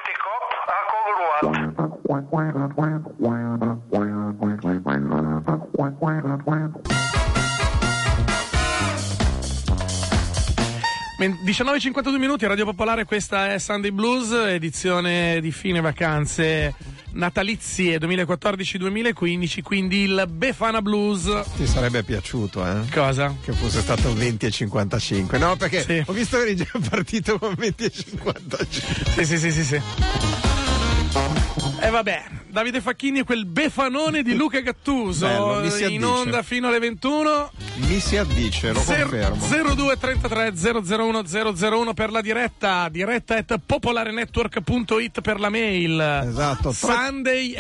Queste 19:52 minuti, Radio Popolare, questa è Sunday Blues, edizione di fine vacanze natalizie 2014-2015, quindi il Befana Blues. Ti sarebbe piaciuto, Cosa? Che fosse stato 20:55. No, perché sì, ho visto che eri già partito con 20:55. Sì. E vabbè, Davide Facchini e quel befanone di Luca Gattuso. Bello, in onda fino alle 21. Mi si addice, lo confermo. 0233 001 001 per la diretta @popolarenetwork.it per la mail. Esatto. Sunday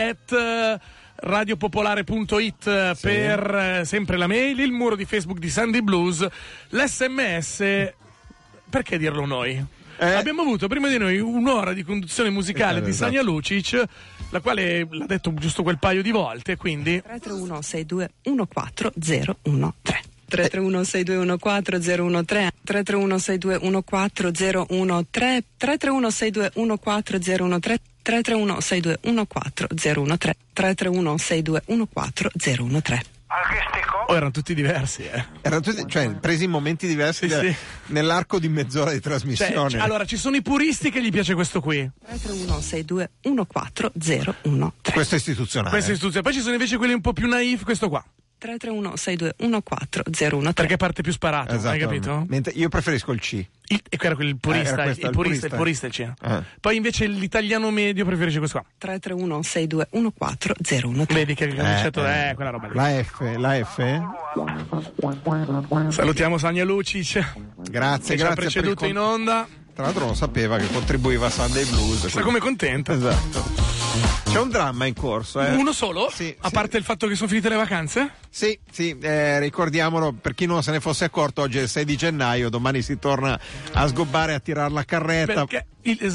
@radiopopolare.it per sempre la mail, il muro di Facebook di Sunday Blues, l'SMS. Perché dirlo noi? Abbiamo avuto prima di noi un'ora di conduzione musicale di Sanja Lucic, la quale l'ha detto giusto quel paio di volte, quindi 331 6214013 331 6214013 331 6214013 331 6214013 331 6214013 331 6214013. Oh, erano tutti diversi, Erano tutti, cioè, presi in momenti diversi nell'arco di mezz'ora di trasmissione. Allora, ci sono i puristi che gli piace questo qui. 331 6214013. Questo è istituzionale. Poi ci sono invece quelli un po' più naif, questo qua. 331 6214013. Perché parte più sparato, hai capito? Io preferisco il C. Era il purista, il purista il C. Poi invece l'italiano medio preferisce questo qua. 331 6214013. Vedi che concetto quella roba lì. La F? Salutiamo Sanja Lucic. Grazie, ci ha preceduto in onda. Tra l'altro non sapeva che contribuiva a Sunday Blues. Sta come contento. Esatto. C'è un dramma in corso, Uno solo? Sì, a parte il fatto che sono finite le vacanze? Sì, ricordiamolo, per chi non se ne fosse accorto, oggi è il 6 di gennaio, domani si torna a sgobbare, a tirare la carretta. Perché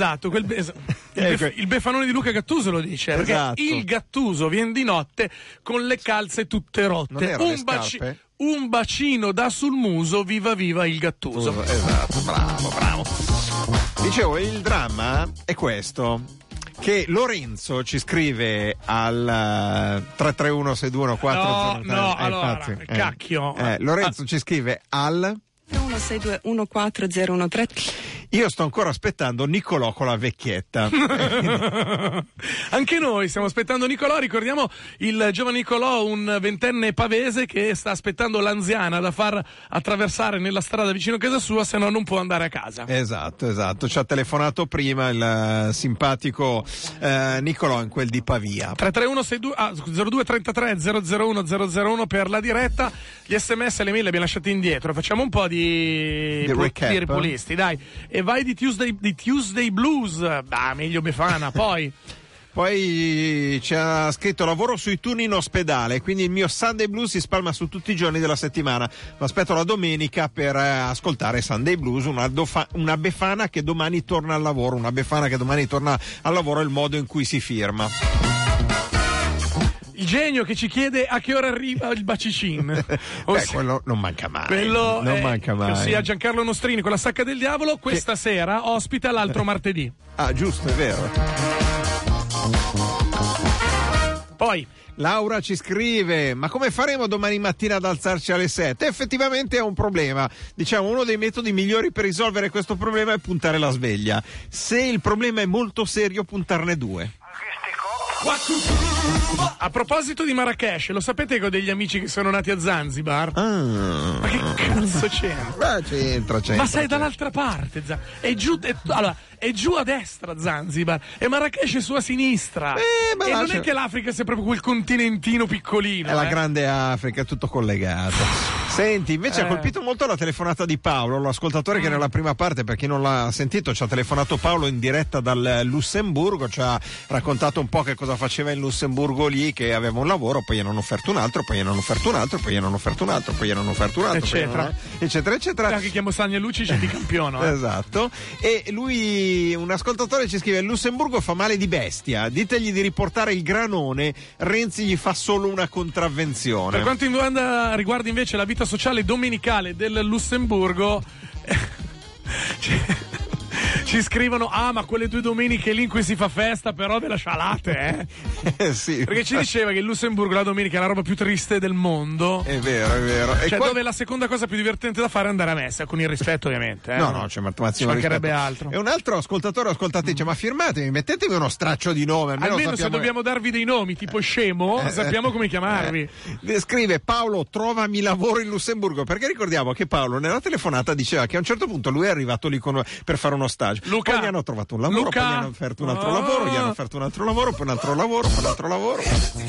il befanone di Luca Gattuso lo dice, perché il Gattuso viene di notte con le calze tutte rotte. Non erano le scarpe? Un bacino da sul muso, viva viva il Gattuso. Esatto, bravo. Dicevo, il dramma è questo, che Lorenzo ci scrive al 331 621 cacchio. Lorenzo ci scrive al 331 io sto ancora aspettando Nicolò con la vecchietta. Anche noi stiamo aspettando Nicolò. Ricordiamo il giovane Nicolò, un ventenne pavese che sta aspettando l'anziana da far attraversare nella strada vicino a casa sua, se no non può andare a casa. Esatto. Ci ha telefonato prima il simpatico Nicolò in quel di Pavia. 0233 001 001 per la diretta. Gli SMS e le mail li abbiamo lasciati indietro. Facciamo un po' di ripulisti, dai. E vai di Tuesday Blues. Meglio Befana. Poi ci ha scritto: lavoro sui turni in ospedale, quindi il mio Sunday Blues si spalma su tutti i giorni della settimana. Mi aspetto la domenica per ascoltare Sunday Blues, una Befana che domani torna al lavoro. Una Befana che domani torna al lavoro è il modo in cui si firma. Il genio che ci chiede a che ora arriva il bacicin. Quello non manca mai. Manca mai. Ossia Giancarlo Nostrini con la sacca del diavolo questa sera ospita l'altro martedì. Giusto, è vero. Poi Laura ci scrive: ma come faremo domani mattina ad alzarci alle 7? Effettivamente è un problema. Diciamo, uno dei metodi migliori per risolvere questo problema è puntare la sveglia. Se il problema è molto serio, puntarne 2. A proposito di Marrakesh, lo sapete che ho degli amici che sono nati a Zanzibar? Ma che cazzo c'entra? C'entra. Ma sei dall'altra parte, è giù a destra Zanzibar e Marrakesh è su a sinistra. E non è che l'Africa sia proprio quel continentino piccolino. È la grande Africa, è tutto collegato. Senti, invece ha colpito molto la telefonata di Paolo, l'ascoltatore che nella prima parte, per chi non l'ha sentito, ci ha telefonato Paolo in diretta dal Lussemburgo, ci ha raccontato un po' che cosa faceva in Lussemburgo lì, che aveva un lavoro, poi gli hanno offerto un altro, poi gli hanno offerto un altro, poi gli hanno offerto un altro, poi gli hanno offerto un altro, eccetera. Anche chiamo Sanja Lucic di campiono. Esatto. E lui, un ascoltatore ci scrive: il Lussemburgo fa male di bestia, ditegli di riportare il granone, Renzi gli fa solo una contravvenzione. Per quanto riguarda invece la vita sociale domenicale del Lussemburgo, Ci scrivono: ma quelle 2 domeniche lì in cui si fa festa, però ve la scialate, sì. Perché ci diceva che il Lussemburgo la domenica è la roba più triste del mondo. È vero, è vero. Cioè, dove la seconda cosa più divertente da fare è andare a messa, con il rispetto, ovviamente. No, c'è ci mancherebbe altro. E un altro ascoltatore o ascoltatrice, ma firmatemi, mettetemi uno straccio di nome. Almeno se dobbiamo darvi dei nomi, tipo Scemo, sappiamo come chiamarvi. Scrive Paolo: trovami lavoro in Lussemburgo. Perché ricordiamo che Paolo nella telefonata diceva che a un certo punto lui è arrivato lì per fare uno stage. Luca, poi gli hanno trovato un lavoro, poi gli hanno offerto un altro lavoro, gli hanno offerto un altro lavoro, poi un altro lavoro, poi un altro lavoro.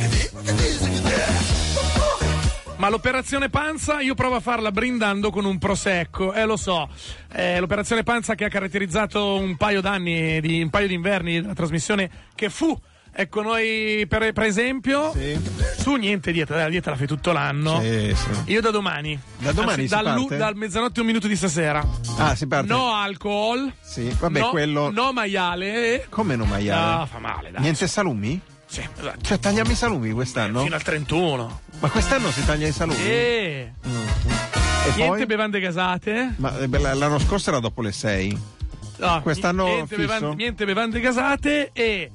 Ma l'operazione panza io provo a farla brindando con un prosecco, lo so, l'operazione panza che ha caratterizzato un paio di inverni della trasmissione che fu, ecco, noi per esempio, tu niente dieta, la dieta la fai tutto l'anno, io da domani dal mezzanotte 1 minuto di stasera, si parte, no alcol, quello, no maiale, come no maiale? No, fa male, dai. Niente salumi? Sì, esatto. Cioè tagliamo i salumi quest'anno? Fino al 31. Ma quest'anno si taglia i salumi? E niente poi? Bevande gasate? Ma l'anno scorso era dopo le 6. No, quest'anno niente bevande gasate e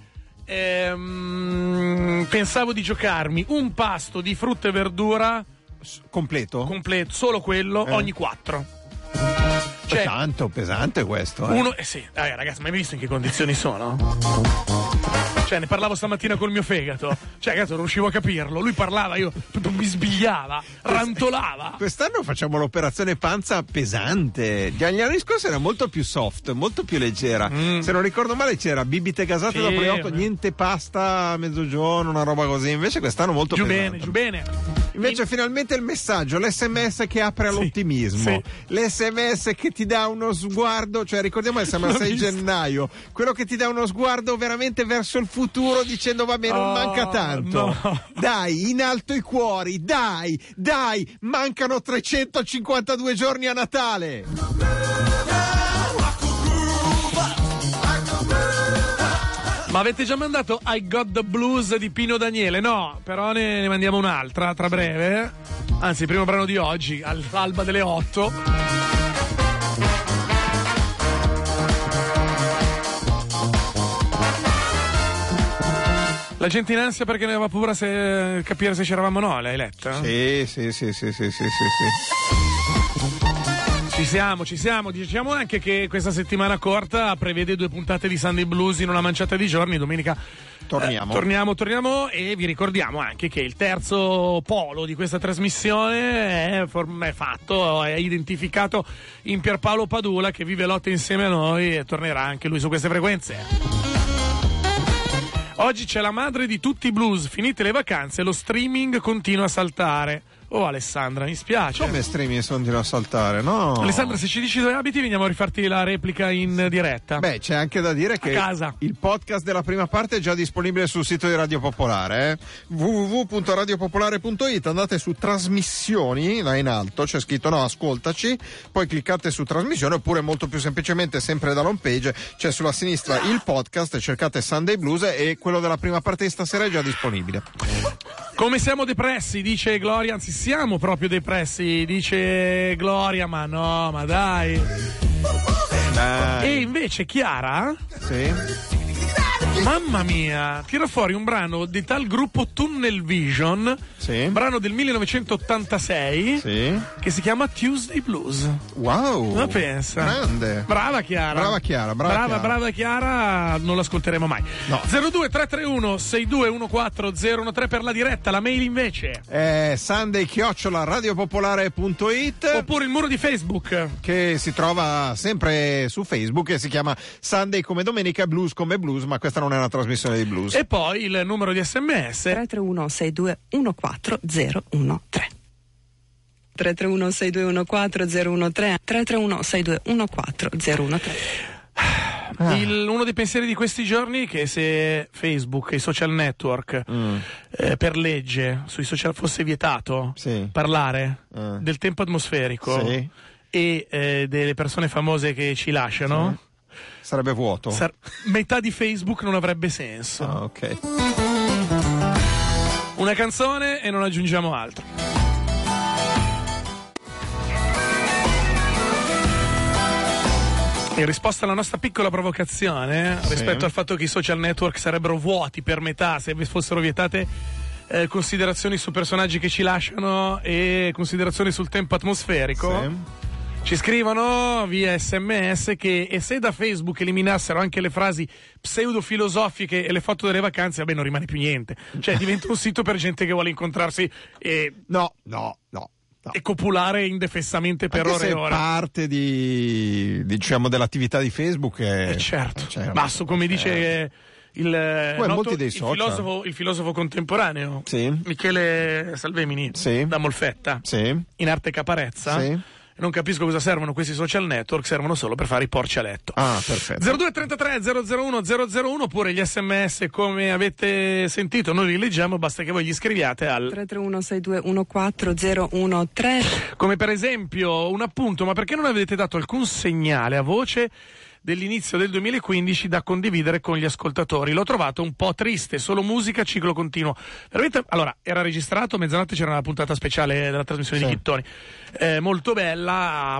pensavo di giocarmi un pasto di frutta e verdura completo, solo quello ogni 4. Cioè, tanto pesante questo. Ragazzi, ma hai visto in che condizioni sono? Cioè, ne parlavo stamattina col mio fegato. Cioè, ragazzi, non riuscivo a capirlo. Lui parlava, io mi sbigliava, rantolava. Quest'anno facciamo l'operazione panza pesante. Gli anni scorsi era molto più soft, molto più leggera. Se non ricordo male c'era bibite gasate dopo le 8, niente pasta a mezzogiorno, una roba così. Invece quest'anno molto pesante. Giù bene. Invece finalmente il messaggio, l'SMS che apre all'ottimismo, l'SMS che ti dà uno sguardo, cioè ricordiamo che siamo al 6 gennaio, quello che ti dà uno sguardo veramente verso il futuro dicendo vabbè, non manca tanto, dai, in alto i cuori, dai, mancano 352 giorni a Natale. Ma avete già mandato I Got the Blues di Pino Daniele? No, però ne mandiamo un'altra tra breve. Anzi, il primo brano di oggi, all'alba delle 8. La gente in ansia perché ne aveva paura capire se c'eravamo o no, l'hai letta? Sì. Ci siamo. Diciamo anche che questa settimana corta prevede 2 puntate di Sunday Blues in una manciata di giorni. Domenica torniamo e vi ricordiamo anche che il terzo polo di questa trasmissione è fatto, è identificato in Pierpaolo Padula, che vive lotte insieme a noi e tornerà anche lui su queste frequenze. Oggi c'è la madre di tutti i blues, finite le vacanze lo streaming continua a saltare. Oh Alessandra, mi spiace. Come streaming continua a saltare? No. Alessandra, se ci dici dove abiti veniamo a rifarti la replica in diretta. Beh, c'è anche da dire che il podcast della prima parte è già disponibile sul sito di Radio Popolare, www.radiopopolare.it. Andate su trasmissioni, là in alto c'è scritto ascoltaci, poi cliccate su trasmissione, oppure molto più semplicemente sempre dall'home page c'è sulla sinistra il podcast, cercate Sunday Blues e quello della prima parte di stasera è già disponibile. Come siamo depressi, dice Gloria, anzi siamo proprio depressi, dice Gloria, ma no, ma dai. E invece Chiara? Sì. Mamma mia, tira fuori un brano di tal gruppo Tunnel Vision, un brano del 1986, che si chiama Tuesday Blues. Wow, ma pensa, grande. Brava Chiara, brava Chiara, non l'ascolteremo mai. 02-331 6214013 per la diretta. La mail invece Sunday@radiopopolare.it, oppure il muro di Facebook che si trova sempre su Facebook e si chiama Sunday come domenica, Blues come blues, ma questa non è una trasmissione di blues. E poi il numero di SMS 331 6214013 331 6214013 331 6214013. Uno dei pensieri di questi giorni è che se Facebook e i social network per legge sui social fosse vietato parlare del tempo atmosferico e delle persone famose che ci lasciano, sarebbe vuoto. Metà di Facebook non avrebbe senso. Ok. Una canzone e non aggiungiamo altro. In risposta alla nostra piccola provocazione rispetto al fatto che i social network sarebbero vuoti per metà se fossero vietate considerazioni su personaggi che ci lasciano e considerazioni sul tempo atmosferico, ci scrivono via SMS che e se da Facebook eliminassero anche le frasi pseudo-filosofiche e le foto delle vacanze, vabbè, non rimane più niente. Cioè diventa un sito per gente che vuole incontrarsi e No. e copulare indefessamente per Anche ore e se ore. parte diciamo dell'attività di Facebook è Certo. cioè, Basso, come dice molti dei social. il filosofo contemporaneo Michele Salvemini da Molfetta, in arte Caparezza. Non capisco cosa servono questi social network, servono solo per fare i porci a letto. Perfetto. 0233 001 001 oppure gli SMS come avete sentito, noi li leggiamo, basta che voi gli scriviate al 331-6214013. come per esempio un appunto, ma perché non avete dato alcun segnale a voce dell'inizio del 2015 da condividere con gli ascoltatori? L'ho trovato un po' triste, solo musica, ciclo continuo. Veramente, allora, era registrato, mezzanotte c'era una puntata speciale della trasmissione di Chittoni, molto bella,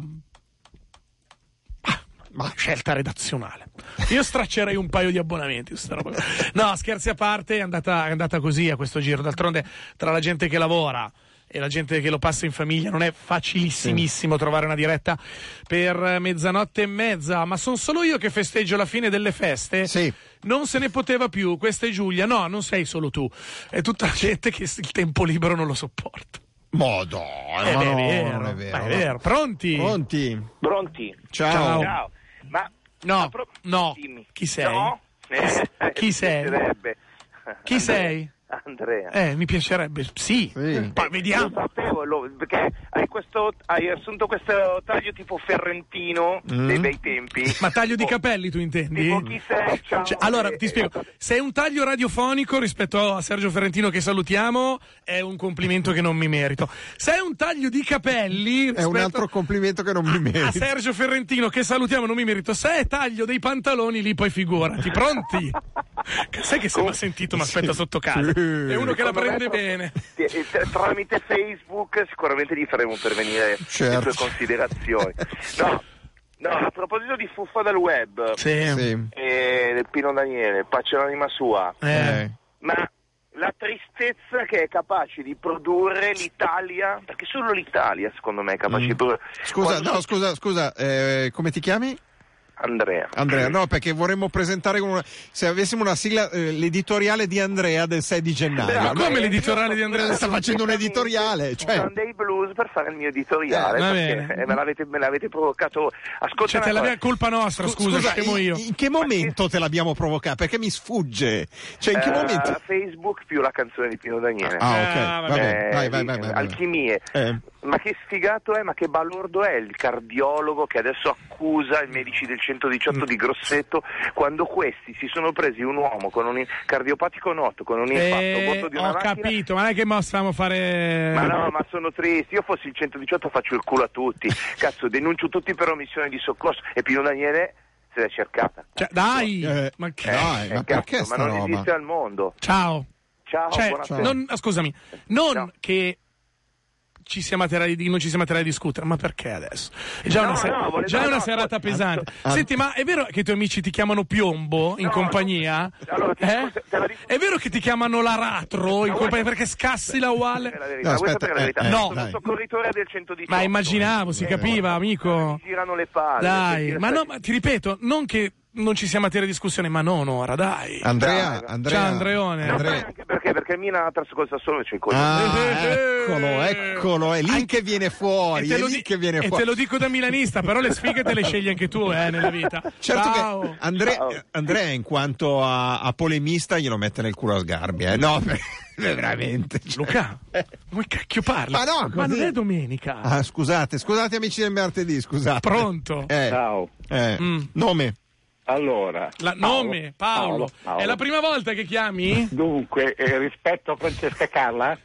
ma scelta redazionale. Io straccerei un paio di abbonamenti su sta roba. No, scherzi a parte, è andata così a questo giro. D'altronde, tra la gente che lavora e la gente che lo passa in famiglia non è facilissimissimo trovare una diretta per mezzanotte e mezza, ma sono solo io che festeggio la fine delle feste? Non se ne poteva più. Questa è Giulia. No, non sei solo tu, è tutta la gente che il tempo libero non lo sopporta. Madonna, non è vero. È vero. Pronti? Ciao. Ma no. Dimmi. Chi sei? No? Chi sei? Chi sei? Andrea. Mi piacerebbe, sì. Ma vediamo. Lo sapevo, perché hai assunto questo taglio tipo ferrentino dei bei tempi. Ma taglio di capelli tu intendi? Tipo chi sei? Ciao. Allora, ti spiego. Se è un taglio radiofonico rispetto a Sergio Ferrentino che salutiamo, è un complimento che non mi merito. Se è un taglio di capelli è un altro complimento che non mi merito. A Sergio Ferrentino che salutiamo non mi merito. Se è taglio dei pantaloni lì poi figurati. Pronti? Sai che se mi ha sentito mi aspetta sotto casa. È uno che la prende bene. Tramite Facebook sicuramente gli faremo pervenire le tue considerazioni. No, a proposito di fuffa del web e del Pino Daniele, pace all'anima sua, ma la tristezza che è capace di produrre l'Italia, perché solo l'Italia secondo me è capace di produrre. Scusa, come ti chiami? Andrea, no, perché vorremmo presentare se avessimo una sigla, l'editoriale di Andrea del 6 di gennaio. Ma come l'editoriale di Andrea? Sta facendo un editoriale, cioè Sunday Blues per fare il mio editoriale, perché me l'avete provocato. Ascolta, te l'abbiamo colpa nostra, scusa, scemo io. In che momento te l'abbiamo provocato? Perché mi sfugge. Cioè in che momento? Facebook più la canzone di Pino Daniele. Ok, vai. Alchimie. Ma che sfigato è, ma che balordo è il cardiologo che adesso accusa i medici del 118 di Grosseto, quando questi si sono presi un uomo con un cardiopatico noto, con un infarto, bordo di una macchina. Ho capito, ma non è che stiamo a fare... Ma no, ma sono tristi. Io fossi il 118 faccio il culo a tutti. Cazzo, denuncio tutti per omissione di soccorso. E Pino Daniele se l'è cercata. Cioè, dai! Ma perché ma non esiste al mondo. Ciao. Buonasera. Scusami, che ci sia materiale non ci sia materiale di discutere, ma perché adesso? È già una serata pesante. Senti, ma è vero che i tuoi amici ti chiamano Piombo in compagnia? Allora, è vero che ti chiamano l'Aratro in compagnia perché scassi la uguale? Vuoi sapere la verità? Sono soccorritore del 118. Ma immaginavo, si capiva, amico. Mi girano le palle. Dai, ma ti ripeto, non che non ci sia materia di discussione, ma non ora, dai. Andrea. Ciao Andreone. Anche perché Milan ha perso col Sassuolo e c'è il coglione. Eccolo, è lì che viene fuori. E te lo dico da milanista, però le sfighe te le scegli anche tu nella vita. Certo. Ciao. Che Andrea in quanto a polemista glielo mette nel culo a Sgarbi, no? Veramente. Luca, come cacchio parli? Ma non è domenica. Scusate amici del martedì, scusate. Pronto? Ciao. Nome? Allora, Paolo. È la prima volta che chiami? Dunque, rispetto a Francesca Carla,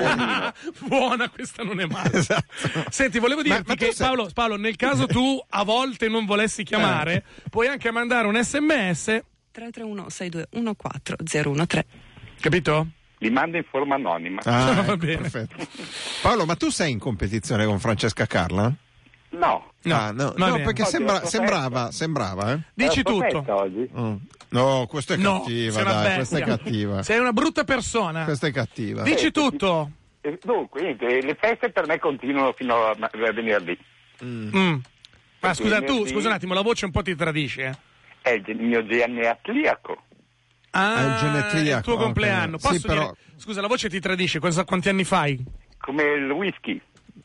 buona, questa non è male. Esatto. Senti, volevo dirti che Paolo, nel caso tu a volte non volessi chiamare, puoi anche mandare un SMS 331-6214013. Capito? li manda in forma anonima. Va bene. Perfetto. Paolo, ma tu sei in competizione con Francesca Carla? No. No, perché sembrava. Dici tutto. Oggi. No, questa è cattiva, dai, questa è cattiva. Sei una brutta persona. Questa è cattiva. Dici tutto. Dunque, niente, le feste per me continuano fino a venerdì. Ma scusa un attimo, la voce un po' ti tradisce. È il mio genetriaco. È il tuo compleanno. Okay. Posso dire, scusa, la voce ti tradisce, quanti anni fai? Come il whisky.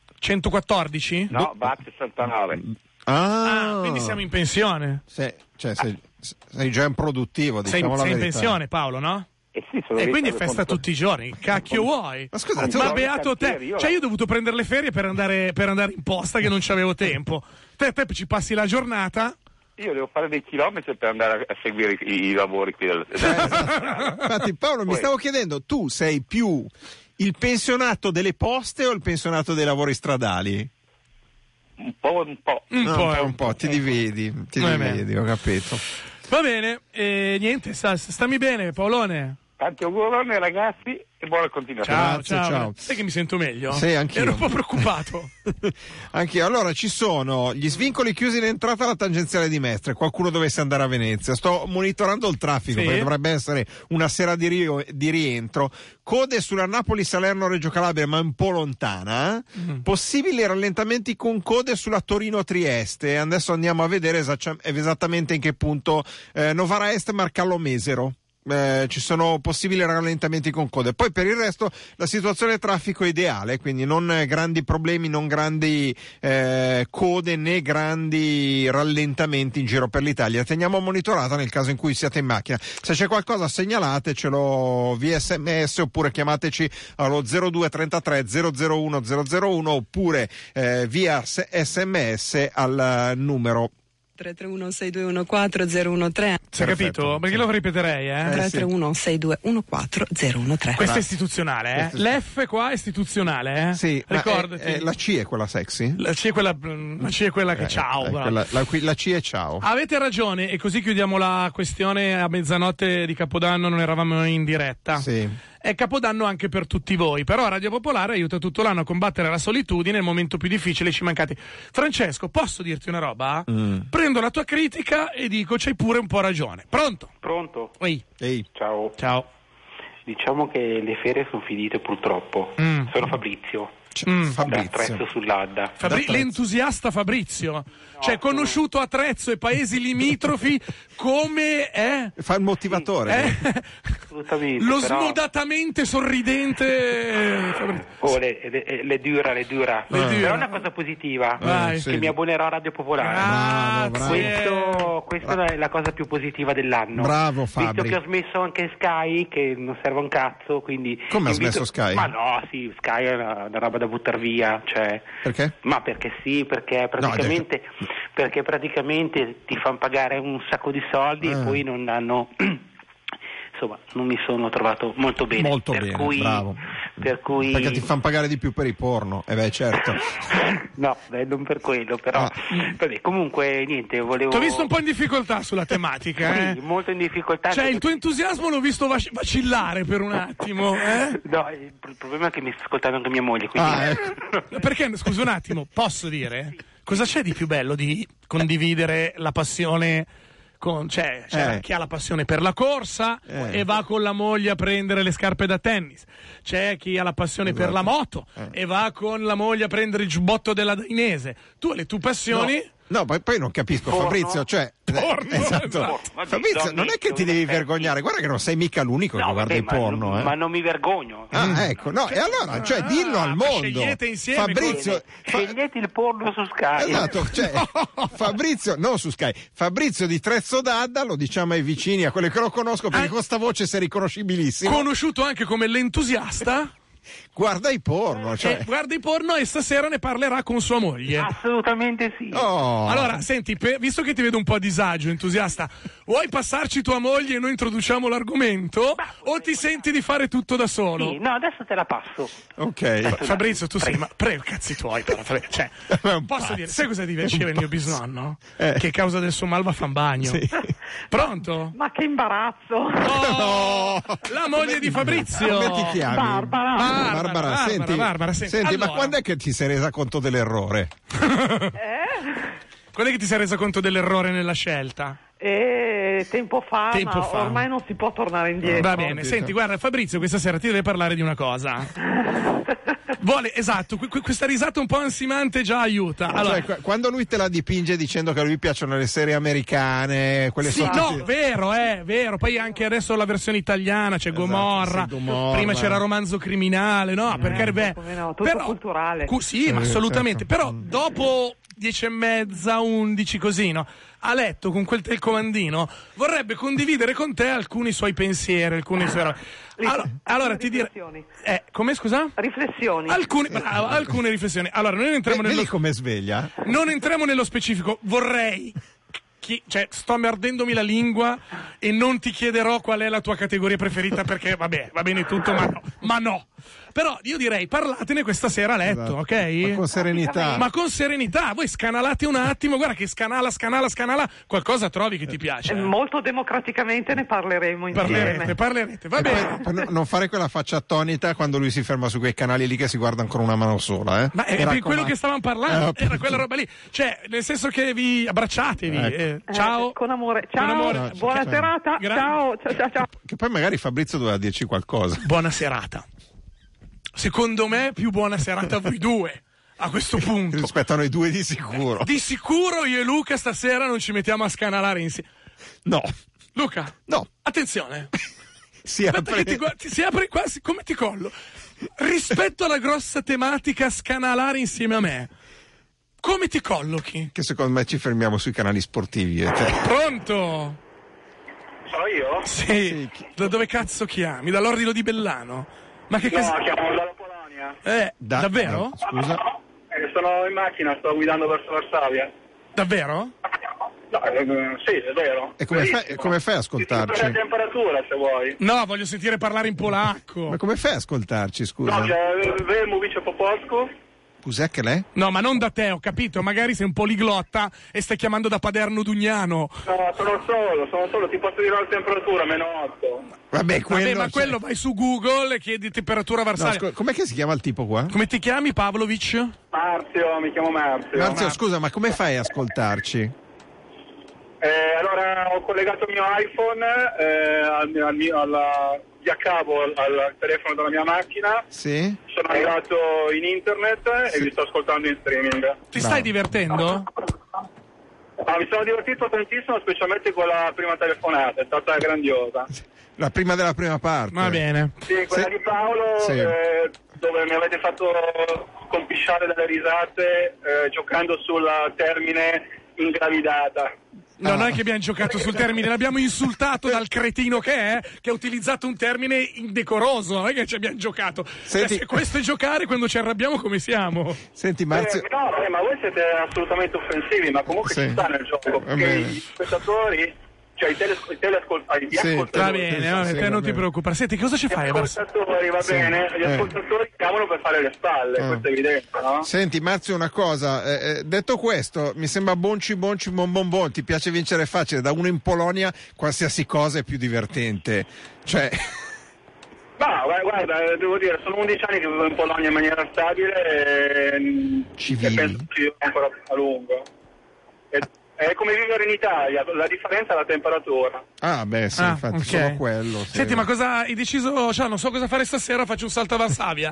114? No, va 69. Quindi siamo in pensione. Sei già improduttivo, diciamo la verità. Sei in pensione, Paolo, no? Sì, e quindi è festa tutti i giorni. Cacchio vuoi? Ma scusa, ma beato te. Cioè, io ho dovuto prendere le ferie per andare in posta che non c'avevo tempo. Te ci passi la giornata. Io devo fare dei chilometri per andare a seguire i lavori qui Infatti, Paolo, mi stavo chiedendo, tu sei più il pensionato delle poste o il pensionato dei lavori stradali? Un po'. Ti dividi, ho capito. Va bene, niente, stammi bene, Paolone. Tanti auguroni ragazzi e buona continuazione. Ciao. Sai che mi sento meglio? Sì, anch'io. Ero un po' preoccupato. Anch'io. Allora, ci sono gli svincoli chiusi in entrata alla tangenziale di Mestre. Qualcuno dovesse andare a Venezia. Sto monitorando il traffico perché dovrebbe essere una sera di rientro. Code sulla Napoli-Salerno-Reggio Calabria, ma un po' lontana. Possibili rallentamenti con code sulla Torino-Trieste. Adesso andiamo a vedere esattamente in che punto. Novara Est, Marcallo Mesero. Ci sono possibili rallentamenti con code. Poi per il resto la situazione traffico è ideale, quindi non grandi problemi, non grandi code né grandi rallentamenti in giro per l'Italia. Teniamo monitorata nel caso in cui siate in macchina. Se c'è qualcosa segnalatecelo via SMS oppure chiamateci allo 0233 001 001 oppure via SMS al numero 331-6214-013. Si è capito? Perché lo ripeterei, 331-6214-013. Questa è istituzionale, L'F qua è istituzionale, Sì, ricordati. la C è quella sexy? La C è quella che ciao. La C è ciao. Avete ragione, e così chiudiamo la questione. A mezzanotte di Capodanno non eravamo in diretta. Sì. È Capodanno anche per tutti voi, però Radio Popolare aiuta tutto l'anno a combattere la solitudine nel momento più difficile. Ci mancate. Francesco, posso dirti una roba? Prendo la tua critica e dico c'hai pure un po' ragione. Pronto? Ehi. Ciao. Diciamo che le ferie sono finite purtroppo. Sono Fabrizio. Trezzo sull'Adda. L'entusiasta Fabrizio, conosciuto a Trezzo e paesi limitrofi come fa il motivatore. Assolutamente. Lo smodatamente sorridente Fabrizio. Le dura. Però è una cosa positiva. Che mi abbonerò a Radio Popolare. Bravo. Questa è la cosa più positiva dell'anno. Bravo Fabri. Visto che ho smesso anche Sky, che non serve un cazzo, quindi. Come ha smesso Sky? Ma no, sì, Sky è una roba da buttare via, Perché? Ma perché praticamente ti fanno pagare un sacco di soldi e poi non danno. Insomma, non mi sono trovato molto bene. Bravo. Perché ti fanno pagare di più per i porno. Certo. No, non per quello, però. Vabbè, comunque, niente, volevo. Ti ho visto un po' in difficoltà sulla tematica, Sì, molto in difficoltà. Il tuo entusiasmo l'ho visto vacillare per un attimo, No, il problema è che mi sta ascoltando anche mia moglie, quindi. Perché, scusa un attimo, posso dire? Cosa c'è di più bello di condividere la passione? Chi ha la passione per la corsa e va con la moglie a prendere le scarpe da tennis, c'è chi ha la passione per la moto e va con la moglie a prendere il giubbotto della Dainese. Tu hai le tue passioni. No, poi non capisco, porno? Fabrizio, esatto. Fabrizio, non è che ti devi vergognare, guarda che non sei mica l'unico che guarda il porno, Ma non mi vergogno. Ecco, no, e allora, dillo al mondo. Scegliete insieme. Fabrizio, scegliete il porno su Sky. Esatto, Fabrizio, non su Sky, Fabrizio di Trezzo d'Adda, lo diciamo ai vicini, a quelli che lo conosco, perché con sta voce sei riconoscibilissimo. Conosciuto anche come l'entusiasta. Guarda i porno, guarda i porno e stasera ne parlerà con sua moglie. Assolutamente sì. Allora, senti, visto che ti vedo un po' a disagio, entusiasta, vuoi passarci tua moglie e noi introduciamo l'argomento? O ti senti di fare tutto da solo? Sì, no, adesso te la passo. Ok. Fabrizio, tu sei, ma prego, cazzi tuoi, però. Posso dire, sai cosa diceva il mio bisnonno? Che a causa del suo mal va a fan bagno. Sì. Pronto? Ma che imbarazzo. La moglie di Fabrizio. Come ti chiami? Barbara, senti, allora. ma quando è che ti sei resa conto dell'errore? Quando è che ti sei reso conto dell'errore nella scelta? Tempo fa, ma ormai non si può tornare indietro. Va bene, senti, guarda, Fabrizio questa sera ti deve parlare di una cosa. Esatto, questa risata un po' ansimante già aiuta. Allora, cioè, quando lui te la dipinge dicendo che a lui piacciono le serie americane, quelle vero. Poi anche adesso la versione italiana c'è Gomorra. Prima c'era Romanzo Criminale, no? Perché tutto culturale. Sì, ma assolutamente. Però dopo 10:30, 11 così, no? A letto con quel telecomandino vorrebbe condividere con te alcuni suoi pensieri, alcuni suoi... Allora ti direi come scusa? Riflessioni. Alcune riflessioni. Allora noi non entriamo nello come sveglia. Non entriamo nello specifico. Vorrei sto mordendomi la lingua e non ti chiederò qual è la tua categoria preferita perché vabbè, va bene tutto, ma no. Però io direi parlatene questa sera a letto, esatto. Ok? Ma con serenità. Voi scanalate un attimo, guarda che scanala, qualcosa trovi che ti piace. Molto democraticamente ne parleremo insieme. Parlerete, va bene. Non fare quella faccia attonita quando lui si ferma su quei canali lì che si guardano con una mano sola, Ma è quello che stavamo parlando, era quella roba lì. Cioè, nel senso che vi abbracciatevi. Ecco. Ciao. Con amore. Ciao. Buona serata. Ciao. Che poi magari Fabrizio doveva dirci qualcosa. Buona serata. Secondo me più buona serata a voi due a questo punto. Rispetto a noi due di sicuro. Di sicuro io e Luca stasera non ci mettiamo a scanalare insieme. No. Luca? No. Attenzione. Si apre quasi come ti collo. Rispetto alla grossa tematica scanalare insieme a me. Come ti collochi? Che secondo me ci fermiamo sui canali sportivi. Pronto? Sono io? Sì. Da dove cazzo chiami? Dall'Ordine di Bellano? Ma che chiamo dalla Polonia. Davvero? Scusa. Sono in macchina, sto guidando verso Varsavia. Davvero? No, sì, è vero. E come fai a ascoltarci? La temperatura, se vuoi. No, voglio sentire parlare in polacco. Ma come fai a ascoltarci, scusa? No, c'è Mówicie po polsku. Cos'è che lei? No, ma non da te, ho capito. Magari sei un poliglotta e stai chiamando da Paderno Dugnano. No, sono solo. Ti posso dire la temperatura, -8. Vabbè, quello vai su Google e chiedi temperatura Varsavia. No, com'è che si chiama il tipo qua? Come ti chiami, Pavlovic? Marzio, mi chiamo Marzio. Marzio, scusa, ma come fai a ascoltarci? Allora, ho collegato il mio iPhone via cavo al telefono della mia macchina. Sì. Sono arrivato in internet e vi sto ascoltando in streaming. Ti stai divertendo? Mi sono divertito tantissimo, specialmente con la prima telefonata, è stata grandiosa. La prima della prima parte. Va bene. Sì, quella di Paolo, dove mi avete fatto scompisciare dalle risate giocando sul termine ingravidata. No, non è che abbiamo giocato sul termine, l'abbiamo insultato dal cretino che ha utilizzato un termine indecoroso, non è che ci abbiamo giocato. Se questo è giocare, quando ci arrabbiamo come siamo? Senti Marzio... ma voi siete assolutamente offensivi, ma comunque ci sta nel gioco, perché gli spettatori... Cioè gli ascoltatori. Va bene, te non ti preoccupare. Senti, cosa ci fai? Gli ascoltatori, va bene, gli ascoltatori chiamano per fare le spalle, questo è evidente, no? Senti Marzio, una cosa, detto questo, mi sembra bon, ti piace vincere facile, da uno in Polonia qualsiasi cosa è più divertente, cioè... No, guarda, devo dire, sono 11 anni che vivo in Polonia in maniera stabile e penso ci vivo ancora a lungo. È come vivere in Italia, la differenza è la temperatura. Ah, beh, sì, infatti, okay. Solo quello. Sì. Senti, ma cosa hai deciso? Cioè, non so cosa fare stasera, faccio un salto a Varsavia?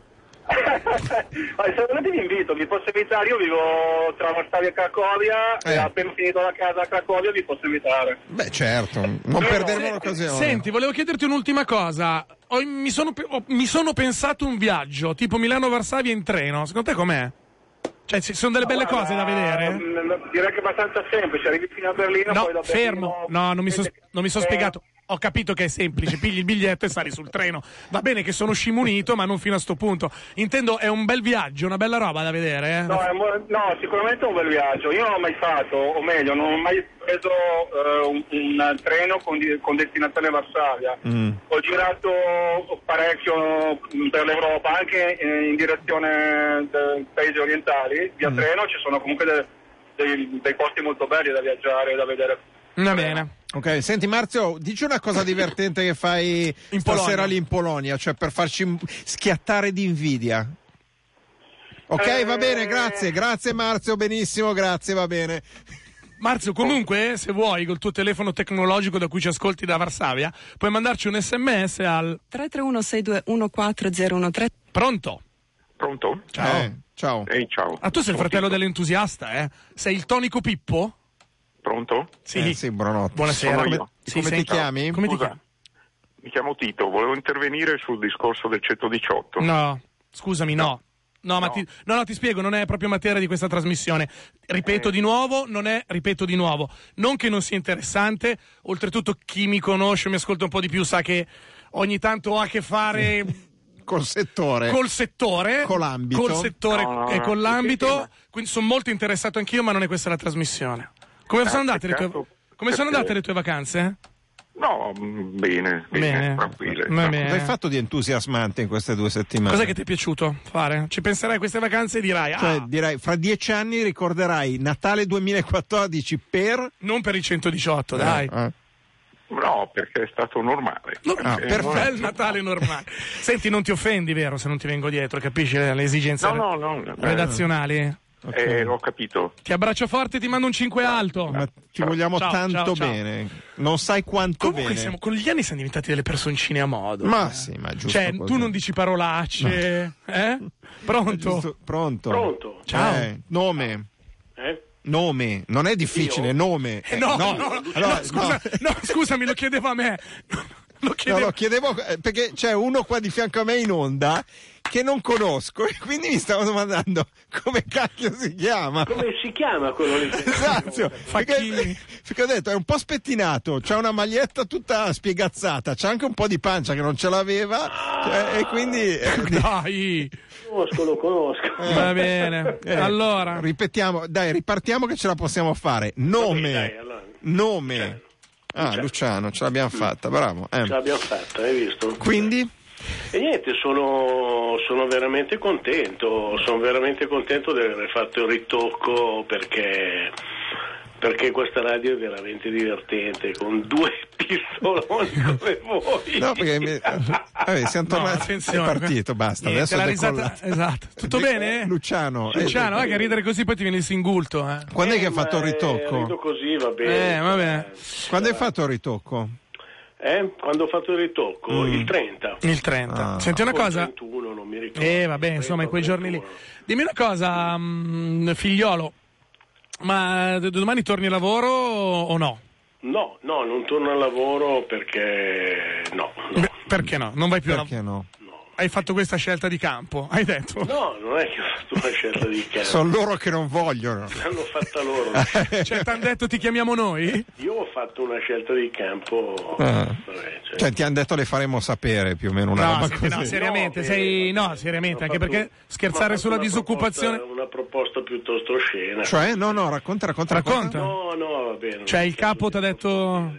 Se volete vi invito, vi posso invitare, io vivo tra Varsavia e Cracovia e appena finito la casa a Cracovia vi posso invitare. Beh, certo, non perderemo l'occasione. Senti, volevo chiederti un'ultima cosa. Mi sono pensato un viaggio, tipo Milano-Varsavia in treno, secondo te com'è? Cioè, ci sono delle belle cose da vedere? Direi che è abbastanza semplice, arrivi fino a Berlino, poi da fermo. Berlino... No, non mi sono spiegato. Ho capito che è semplice, pigli il biglietto e sali sul treno. Va bene che sono scimunito, ma non fino a sto punto. Intendo, è un bel viaggio, una bella roba da vedere, No, sicuramente è un bel viaggio. Io non l'ho mai fatto, o meglio, non ho mai preso un treno con destinazione Varsavia. Ho girato parecchio per l'Europa, anche in direzione dei paesi orientali. Via treno ci sono comunque dei posti molto belli da viaggiare, da vedere. Va bene. Ok, senti Marzio, dici una cosa divertente che fai stasera lì in Polonia, cioè per farci schiattare di invidia. Ok, va bene, grazie Marzio, benissimo, grazie, va bene. Marzio, comunque, se vuoi, col tuo telefono tecnologico da cui ci ascolti da Varsavia, puoi mandarci un SMS al 331-621-4013. Pronto? Ciao. Ciao. Ciao. Ah, tu sei il fratello dell'entusiasta, eh? Sei il tonico Pippo? Pronto? Sì. Sì, buonanotte. Buonasera. Sono io. Come ti chiami? Come ti chiami? Mi chiamo Tito, volevo intervenire sul discorso del 118. No, scusami, no. No, ti spiego, non è proprio materia di questa trasmissione. Ripeto di nuovo, non che non sia interessante, oltretutto chi mi conosce, mi ascolta un po' di più, sa che ogni tanto ha a che fare col settore, con l'ambito, e con l'ambito, quindi sono molto interessato anch'io, ma non è questa la trasmissione. Come sono andate le tue vacanze? No, bene, tranquille. Cosa hai fatto di entusiasmante in queste 2 settimane? Cos'è che ti è piaciuto fare? Ci penserai a queste vacanze e dirai... dirai, fra 10 anni ricorderai Natale 2014 non per il 118, dai. No, perché è stato normale. Perfetto. È il Natale normale. Senti, non ti offendi, vero, se non ti vengo dietro, capisci le esigenze redazionali? Okay. Ho capito. Ti abbraccio forte e ti mando un 5 alto. Ma ti vogliamo tanto bene. Non sai quanto comunque bene. Con gli anni siamo diventati delle personcine a modo. Ma sì, ma giusto. Cioè, così. tu non dici parolacce, Pronto? Pronto. Ciao. Nome. Nome, non è difficile, nome. Scusami, lo chiedevo a me. Lo chiedevo perché c'è uno qua di fianco a me in onda che non conosco e quindi mi stavo domandando come cacchio si chiama. Come si chiama quello lì? Esatto, perché ho detto è un po' spettinato, c'ha una maglietta tutta spiegazzata, c'ha anche un po' di pancia che non ce l'aveva e quindi... Dai! Lo conosco. Va bene, allora... ripartiamo che ce la possiamo fare. Nome. Nome. Luciano, ce l'abbiamo fatta, bravo. Ce l'abbiamo fatta, hai visto? Quindi? E niente, sono veramente contento di aver fatto il ritocco perché questa radio è veramente divertente, con 2 pistoloni come voi. No, perché siamo tornati, è partito, basta. Niente, adesso esatto. Tutto bene? Luciano, che ridere così poi ti viene il singulto. Quando è che hai fatto il ritocco? Rido così, va bene. Vabbè. Quando hai fatto il ritocco? Quando ho fatto il ritocco? Il 30. Il 30. Senti una cosa? Il 31, non mi ricordo. Vabbè, insomma, in quei giorni lì. Dimmi una cosa, figliolo. Ma domani torni al lavoro o no? No, non torno al lavoro perché no. Perché no? Non vai più Perché no? Hai fatto questa scelta di campo, hai detto? No, non è che ho fatto una scelta di campo. Sono loro che non vogliono. L'hanno fatta loro. Cioè, t'han detto ti chiamiamo noi? Io ho fatto una scelta di campo. Cioè, ti hanno detto le faremo sapere più o meno una roba così. No, seriamente, seriamente, anche perché scherzare sulla disoccupazione... Una proposta piuttosto scena. Cioè, no, racconta. No, va bene. Cioè, il capo ti ha detto...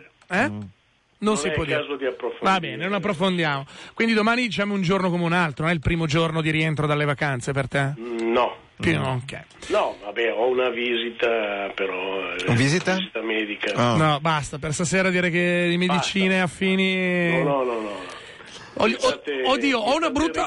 Non si può dire. Caso di approfondire. Va bene, non approfondiamo. Quindi domani diciamo un giorno come un altro, non è il primo giorno di rientro dalle vacanze per te? No. Ok. No, vabbè, ho una visita, però... Visita medica. Oh. No, basta, per stasera dire che di medicine affini... No. Oddio, ho una brutta...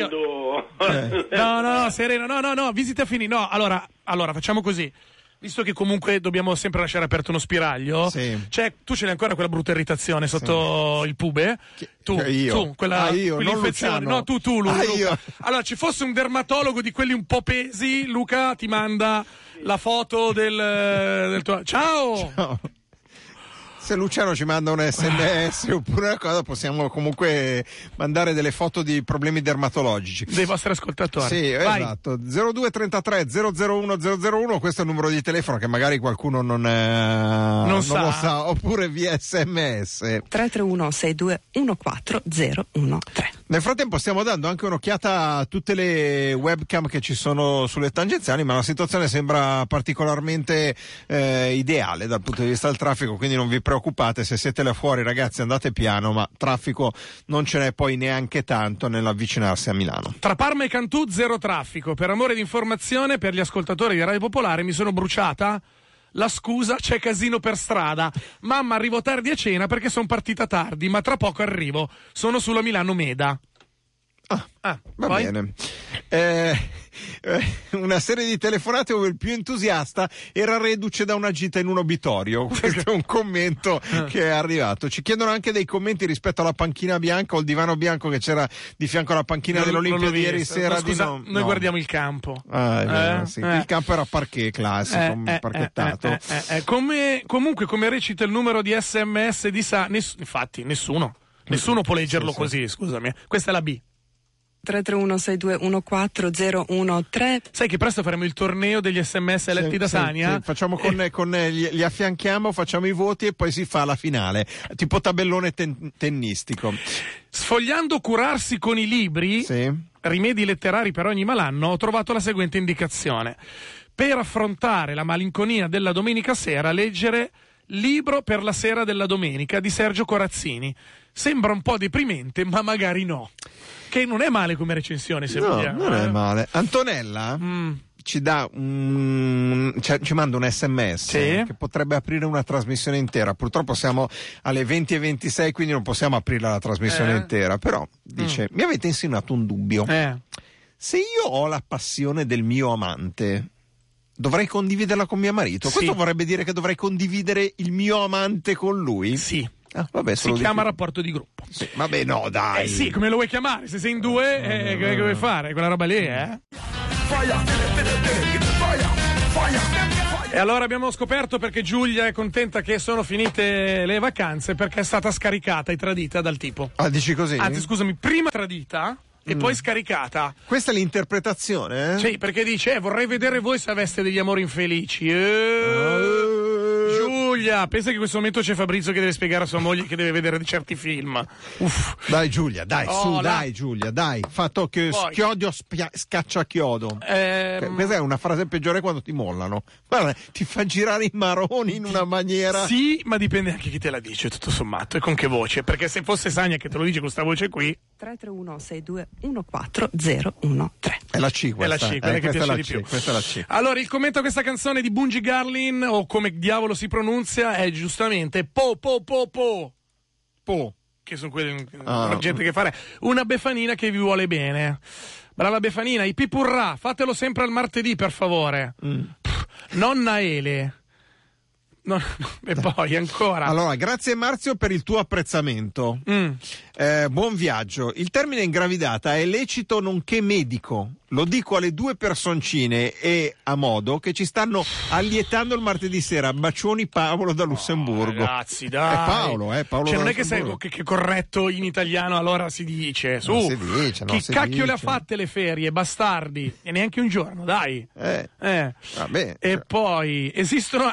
No, sereno, no, visite affini, no, allora, facciamo così. Visto che comunque dobbiamo sempre lasciare aperto uno spiraglio, cioè tu ce l'hai ancora quella brutta irritazione sotto il pube? Tu, quell'infezione. No, tu, Luca. Allora, ci fosse un dermatologo di quelli un po' pesi, Luca ti manda la foto del tuo... Ciao! Se Luciano ci manda un SMS oppure una cosa, possiamo comunque mandare delle foto di problemi dermatologici dei vostri ascoltatori. Sì, vai. Esatto. 0233 001 001, questo è il numero di telefono che magari qualcuno non lo sa, oppure via SMS 331 62 14013. Nel frattempo stiamo dando anche un'occhiata a tutte le webcam che ci sono sulle tangenziali, ma la situazione sembra particolarmente ideale dal punto di vista del traffico, quindi non vi preoccupate, se siete là fuori ragazzi andate piano, ma traffico non ce n'è poi neanche tanto nell'avvicinarsi a Milano. Tra Parma e Cantù zero traffico. Per amore di informazione per gli ascoltatori di Radio Popolare, mi sono bruciata la scusa, c'è casino per strada. Mamma, arrivo tardi a cena perché sono partita tardi, ma tra poco arrivo. Sono sulla Milano Meda. Va bene. una serie di telefonate dove il più entusiasta era reduce da una gita in un obitorio. Questo è un commento che è arrivato. Ci chiedono anche dei commenti rispetto alla panchina bianca o il divano bianco che c'era di fianco alla panchina dell'Olimpiadi ieri sera. No, scusa, noi guardiamo il campo. È vero, sì. Il campo era parquet classico, parchettato. Come recita il numero di SMS di infatti nessuno può leggerlo così, scusami. Questa è la B. 331-6214-013. Sai che presto faremo il torneo degli SMS letti da Sania? Sì. Facciamo li affianchiamo, facciamo i voti e poi si fa la finale, tipo tabellone tennistico. Sfogliando Curarsi con i libri, rimedi letterari per ogni malanno, ho trovato la seguente indicazione. Per affrontare la malinconia della domenica sera, leggere Libro per la sera della domenica di Sergio Corazzini. Sembra un po' deprimente, ma magari no. Che non è male come recensione, se vogliamo. Non è male. Antonella ci dà ci manda un SMS che potrebbe aprire una trasmissione intera. Purtroppo siamo alle 20:26, quindi non possiamo aprirla la trasmissione intera. Però dice: mi avete insinuato un dubbio. Se io ho la passione del mio amante, dovrei condividerla con mio marito? Questo vorrebbe dire che dovrei condividere il mio amante con lui? Sì. Si chiama rapporto di gruppo. Sì, vabbè, no, dai. Sì, come lo vuoi chiamare? Se sei in due, che vuoi fare? Quella roba lì, E allora abbiamo scoperto perché Giulia è contenta che sono finite le vacanze, perché è stata scaricata e tradita dal tipo. Ah, dici così? Anzi, scusami, prima tradita e poi scaricata. Questa è l'interpretazione? Sì, perché dice: vorrei vedere voi se aveste degli amori infelici. Giulia, pensa che in questo momento c'è Fabrizio che deve spiegare a sua moglie che deve vedere certi film. Uff. Dai Giulia, dai, dai Giulia, dai. Fatto che schiodio scaccia chiodo. Questa è una frase peggiore quando ti mollano. Guarda, ti fa girare i maroni in una maniera. Sì, ma dipende anche chi te la dice, tutto sommato, e con che voce. Perché se fosse Sania che te lo dice con questa voce qui. 331-6214-013. È la C questa. È la C, quella che piace di più. Questa è la C. Allora, il commento a questa canzone di Bungie Garlin, o come diavolo si pronuncia, è giustamente po, che sono quelle gente che fa una Befanina che vi vuole bene. Brava Befanina, i pipurrà, fatelo sempre al martedì, per favore. Nonna Ele. E poi ancora. Allora, grazie Marzio per il tuo apprezzamento. Buon viaggio. Il termine ingravidata è lecito nonché medico. Lo dico alle due personcine e a modo che ci stanno allietando il martedì sera. Bacioni Paolo da Lussemburgo. Ragazzi, dai. È Paolo, Paolo. Cioè, non è che sei che corretto in italiano, allora si dice. Su. Chi cacchio le ha fatte le ferie, bastardi? E neanche un giorno, dai. Vabbè. E poi esistono.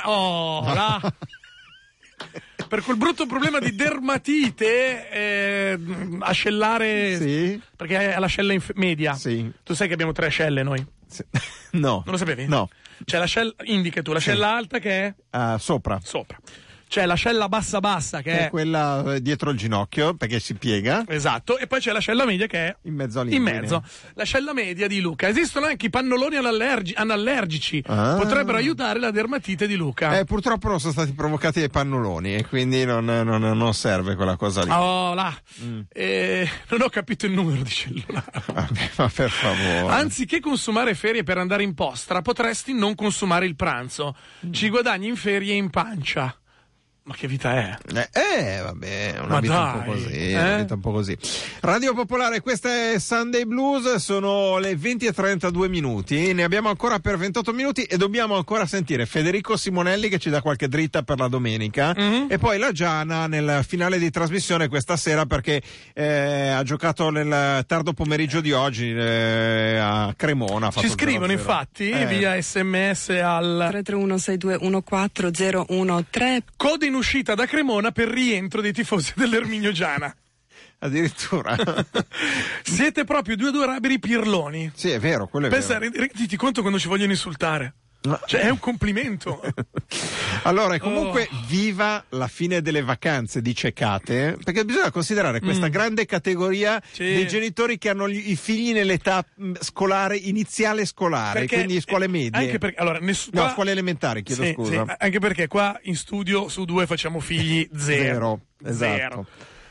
Per quel brutto problema di dermatite, ascellare, perché è l'ascella media. Sì. Tu sai che abbiamo 3 ascelle noi? Sì. No. Non lo sapevi? No. C'è l'ascella, indica tu, l'ascella alta che è? Sopra. C'è l'ascella bassa che è quella dietro il ginocchio, perché si piega. Esatto, e poi c'è l'ascella media che è in mezzo in mezzo. L'ascella media di Luca. Esistono anche i pannoloni anallergici. Potrebbero aiutare la dermatite di Luca. Purtroppo non sono stati provocati dai pannoloni e quindi non serve quella cosa lì. Non ho capito il numero di cellulare. Vabbè, ma per favore. Anziché consumare ferie per andare in postra, potresti non consumare il pranzo. Ci guadagni in ferie e in pancia. Ma che vita è? Vabbè, una vita un po' così, una vita un po' così. Radio Popolare, questa è Sunday Blues, sono le 20:32, ne abbiamo ancora per 28 minuti e dobbiamo ancora sentire Federico Simonelli che ci dà qualche dritta per la domenica e poi la Giana nel finale di trasmissione questa sera perché ha giocato nel tardo pomeriggio di oggi a Cremona. Ci scrivono infatti via SMS al 331-6214-013 code in uscita da Cremona per rientro dei tifosi dell'Erminio Giana. Addirittura. Siete proprio due adorabili pirloni. Sì, è vero, quello è vero. Renditi conto quando ci vogliono insultare. Cioè, è un complimento. Allora, comunque, viva la fine delle vacanze, dice Kate, perché bisogna considerare questa grande categoria dei genitori che hanno i figli nell'età scolare, iniziale scolare, perché, quindi scuole medie. Anche perché, allora, scuole elementari, chiedo scusa. Sì, anche perché qua in studio su 2 facciamo figli zero. Esatto.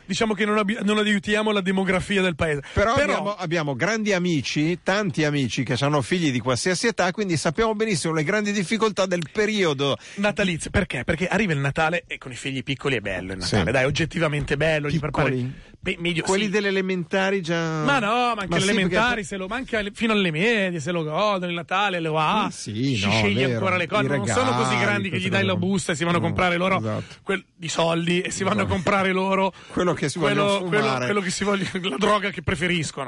diciamo che non aiutiamo la demografia del paese. Però abbiamo grandi amici, tanti amici che hanno figli di qualsiasi età, quindi sappiamo benissimo le grandi difficoltà del periodo natalizio. Perché? Perché arriva il Natale e con i figli piccoli è bello il Natale, dai, oggettivamente bello. Quelli delle elementari già. Ma no, ma anche le elementari ma anche fino alle medie se lo godono il Natale, lo sceglie ancora le cose, non sono così grandi che gli dai la busta e si vanno a comprare loro di soldi e si vanno a comprare loro quello che si vogliono fumare, quello che si vogliono, la droga che preferiscono.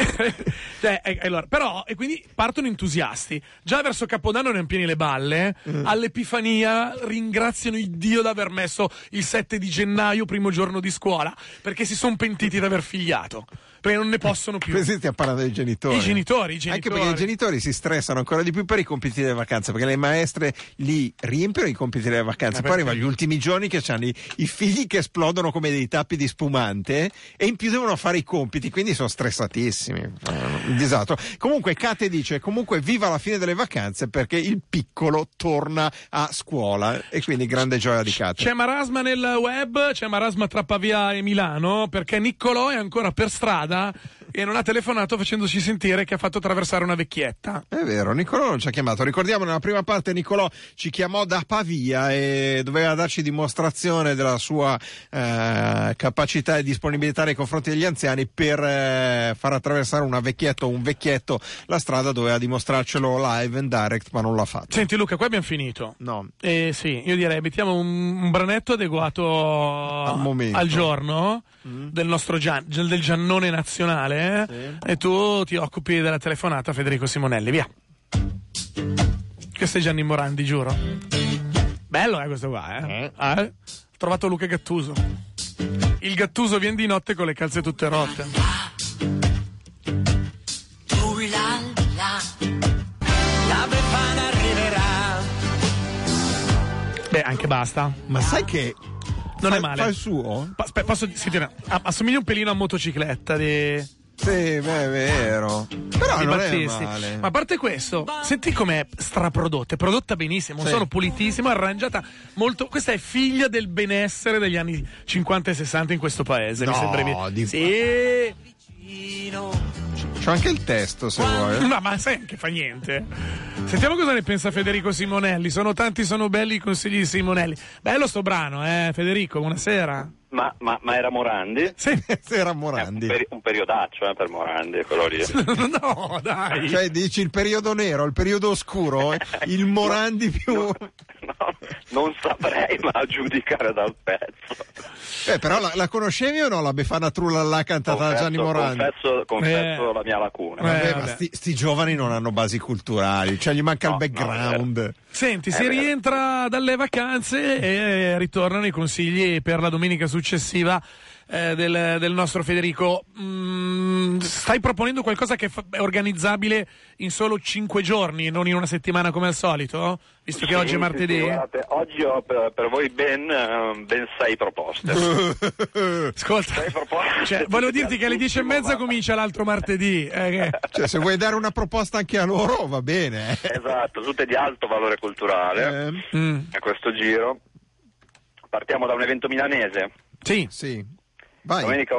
Allora, però, e quindi partono entusiasti. Già verso Capodanno ne hanno pieni le balle, all'Epifania ringraziano il Dio d'aver messo il 7 di gennaio, primo giorno di scuola, perché si sono pentiti d'aver figliato, perché non ne possono più. Stiamo parlando dei genitori. I genitori. Anche perché i genitori si stressano ancora di più per i compiti delle vacanze, perché le maestre li riempiono i compiti delle vacanze. Poi arrivano gli ultimi giorni che hanno i figli che esplodono come dei tappi di spumante e in più devono fare i compiti, quindi sono stressatissimi. Un disastro. Comunque Kate dice, comunque viva la fine delle vacanze perché il piccolo torna a scuola e quindi grande gioia di Kate. C'è marasma nel web, c'è marasma tra Pavia e Milano perché Niccolò è ancora per strada e non ha telefonato facendoci sentire che ha fatto attraversare una vecchietta. È vero, Niccolò non ci ha chiamato. Ricordiamo, nella prima parte Niccolò ci chiamò da Pavia e doveva darci dimostrazione della sua capacità e disponibilità nei confronti degli anziani per far attraversare una vecchietta o un vecchietto la strada. Doveva dimostrarcelo live and direct, ma non l'ha fatto. Senti Luca, qua abbiamo finito. No. Sì, io direi mettiamo un branetto adeguato al giorno del nostro del Giannone nazionale, e tu ti occupi della telefonata a Federico Simonelli, via. Questo è Gianni Morandi, giuro. Bello questo qua, Ho trovato Luca Gattuso. Il Gattuso viene di notte con le calze tutte rotte. La Befana arriverà. Beh, anche basta. Ma sai che non è male. Fa il suo? Posso sentire? Assomiglia un pelino a motocicletta di... Sì, beh, è vero. Però di non Battisti. è male. Ma a parte questo, senti com'è straprodotta, è prodotta benissimo, sono pulitissimo, arrangiata molto. Questa è figlia del benessere degli anni 50 e 60 in questo paese, mi sembra. Sì. C'ho anche il testo se vuoi. No, ma sai che fa niente. Sentiamo cosa ne pensa Federico Simonelli. Sono tanti, sono belli i consigli di Simonelli. Bello sto brano, Federico, buonasera. Ma era Morandi? Sì, era Morandi. Un periodaccio per Morandi, quello lì. No, dai. Cioè dici il periodo nero, il periodo oscuro, il Morandi più... No, non saprei, ma a giudicare dal pezzo. Però la conoscevi o no, la Befana Trullallà cantata da Gianni Morandi? Confesso la mia lacuna. Ma sti giovani non hanno basi culturali, cioè gli manca il background. Senti, si rientra dalle vacanze e ritornano i consigli per la domenica successiva del nostro Federico. Stai proponendo qualcosa che è organizzabile in solo 5 giorni, non in una settimana come al solito? Visto che oggi è martedì? Sì, guardate, oggi ho per voi ben 6 proposte. Ascolta, 6 proposte, volevo dirti che alle 10:30 comincia l'altro martedì. Cioè, se vuoi dare una proposta anche a loro, va bene. Esatto, tutte di alto valore culturale a questo giro. Partiamo da un evento milanese. Sì. Vai. Domenica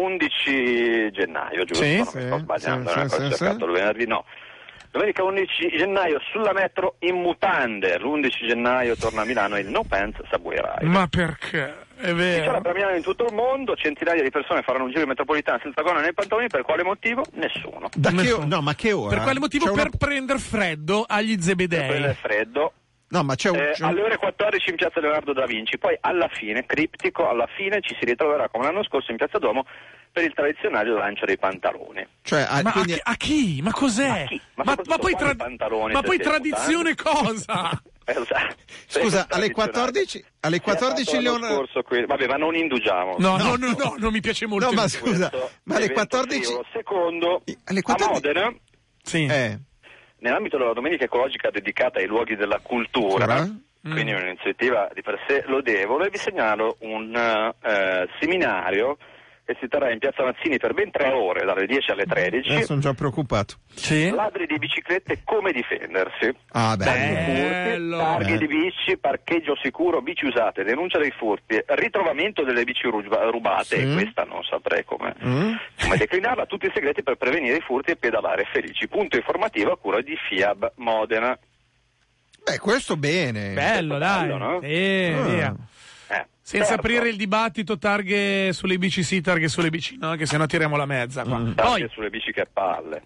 11 gennaio, giusto? Sì, non mi sto sbagliando, ho cercato il venerdì, no. Domenica 11 gennaio sulla metro in mutande. L'11 gennaio torna a Milano il No Pants Subway Ride. Ma perché? È vero. Sarà per Milano in tutto il mondo, centinaia di persone faranno un giro in metropolitana senza gonna nei pantaloni. Per quale motivo? Nessuno. Ma che ora? Per quale motivo? Per prendere freddo agli Zebedei. Per prendere freddo. No, ma c'è alle ore 14 in piazza Leonardo da Vinci, poi alla fine, criptico, alla fine ci si ritroverà come l'anno scorso in piazza Duomo per il tradizionale lancio dei pantaloni. Cioè, quindi... a chi? Ma cos'è? Ma poi tradizione cosa? Esatto. Scusa, alle 14 Leonardo... Vabbè, ma non indugiamo. No, non mi piace molto. No, ma scusa, ma alle 14... Secondo, alle 14... a Modena... Sì. Nell'ambito della domenica ecologica dedicata ai luoghi della cultura, quindi un'iniziativa di per sé lodevole, vi segnalo un seminario e si terrà in Piazza Mazzini per ben 3 ore, dalle 10 alle 13. Sono già preoccupato. Sì? Ladri di biciclette, come difendersi. Bello. Targhe di bici, parcheggio sicuro, bici usate, denuncia dei furti, ritrovamento delle bici rubate, e questa non saprei come declinarla, tutti i segreti per prevenire i furti e pedalare felici. Punto informativo a cura di FIAB Modena. Questo bene. Bello, dai. Bello, no? Via. Senza certo. aprire il dibattito, targhe sulle bici sì, targhe sulle bici no, che se no tiriamo la mezza qua. Targhe sulle bici, che palle.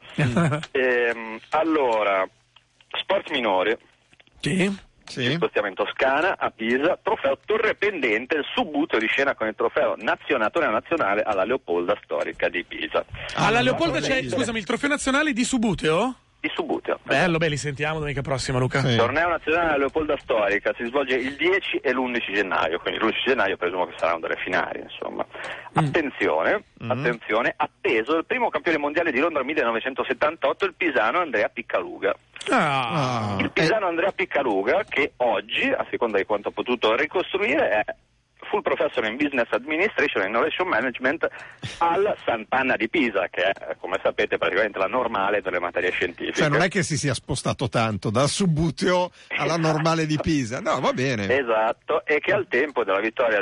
Allora, sport minori. Sì. Ci spostiamo in Toscana, a Pisa, trofeo Torre Pendente, il subbuteo di scena con il trofeo nazionale alla Leopolda storica di Pisa. Alla Leopolda c'è, scusami, il trofeo nazionale di Subbuteo? Di Subbuteo. Bello, li sentiamo domenica prossima, Luca. Sì. Torneo nazionale alla Leopolda storica si svolge il 10 e l'11 gennaio, quindi l'11 gennaio presumo che saranno delle finali, insomma. Attenzione, atteso il primo campione mondiale di Londra 1978, il pisano Andrea Piccaluga. Il pisano Andrea Piccaluga, che oggi, a seconda di quanto ho potuto ricostruire, è full professor in Business Administration and Innovation Management al Sant'Anna di Pisa, che è, come sapete, praticamente la normale delle materie scientifiche. Cioè non è che si sia spostato tanto dal Subbuteo alla normale di Pisa, no, va bene. Esatto, e che al tempo della vittoria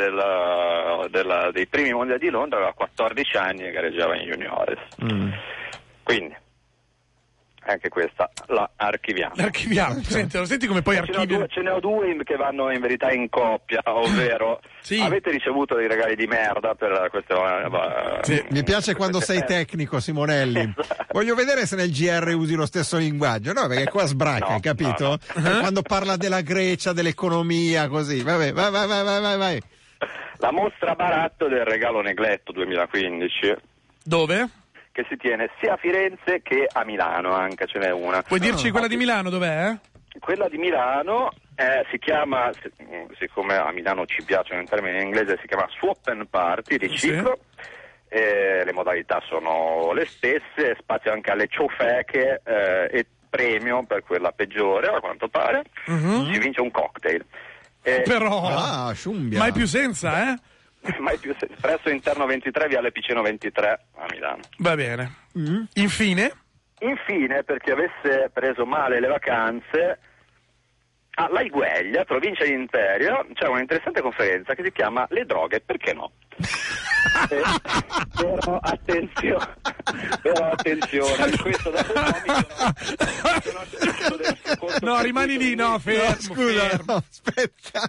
dei primi mondiali di Londra aveva 14 anni e gareggiava in juniores. Quindi anche questa la archiviamo. Senti come poi archivi. Ce ne ho due che vanno in verità in coppia, ovvero avete ricevuto dei regali di merda per questo. Mi piace quando sei tecnico, Simonelli. Esatto. Voglio vedere se nel GR usi lo stesso linguaggio, no? Perché qua sbracca, hai capito? No. Quando parla della Grecia, dell'economia, così. Vabbè, vai. La mostra baratto del regalo Negletto 2015. Dove? Che si tiene sia a Firenze che a Milano, anche ce n'è una. Puoi dirci quella di Milano dov'è? Quella di Milano si chiama, siccome a Milano ci piacciono in termini in inglese, si chiama Swap and Party, riciclo. Le modalità sono le stesse, spazio anche alle ciofeche e premio per quella peggiore, a quanto pare. Si vince un cocktail. Però, mai più senza, Mai più presso Interno 23, Viale Piceno 23 a Milano. Va bene. Infine, per chi avesse preso male le vacanze, a Laigueglia, provincia di Imperio, c'è una interessante conferenza che si chiama Le droghe, perché no? Però attenzione, questo dopo no, rimani lì, fermo. Aspetta.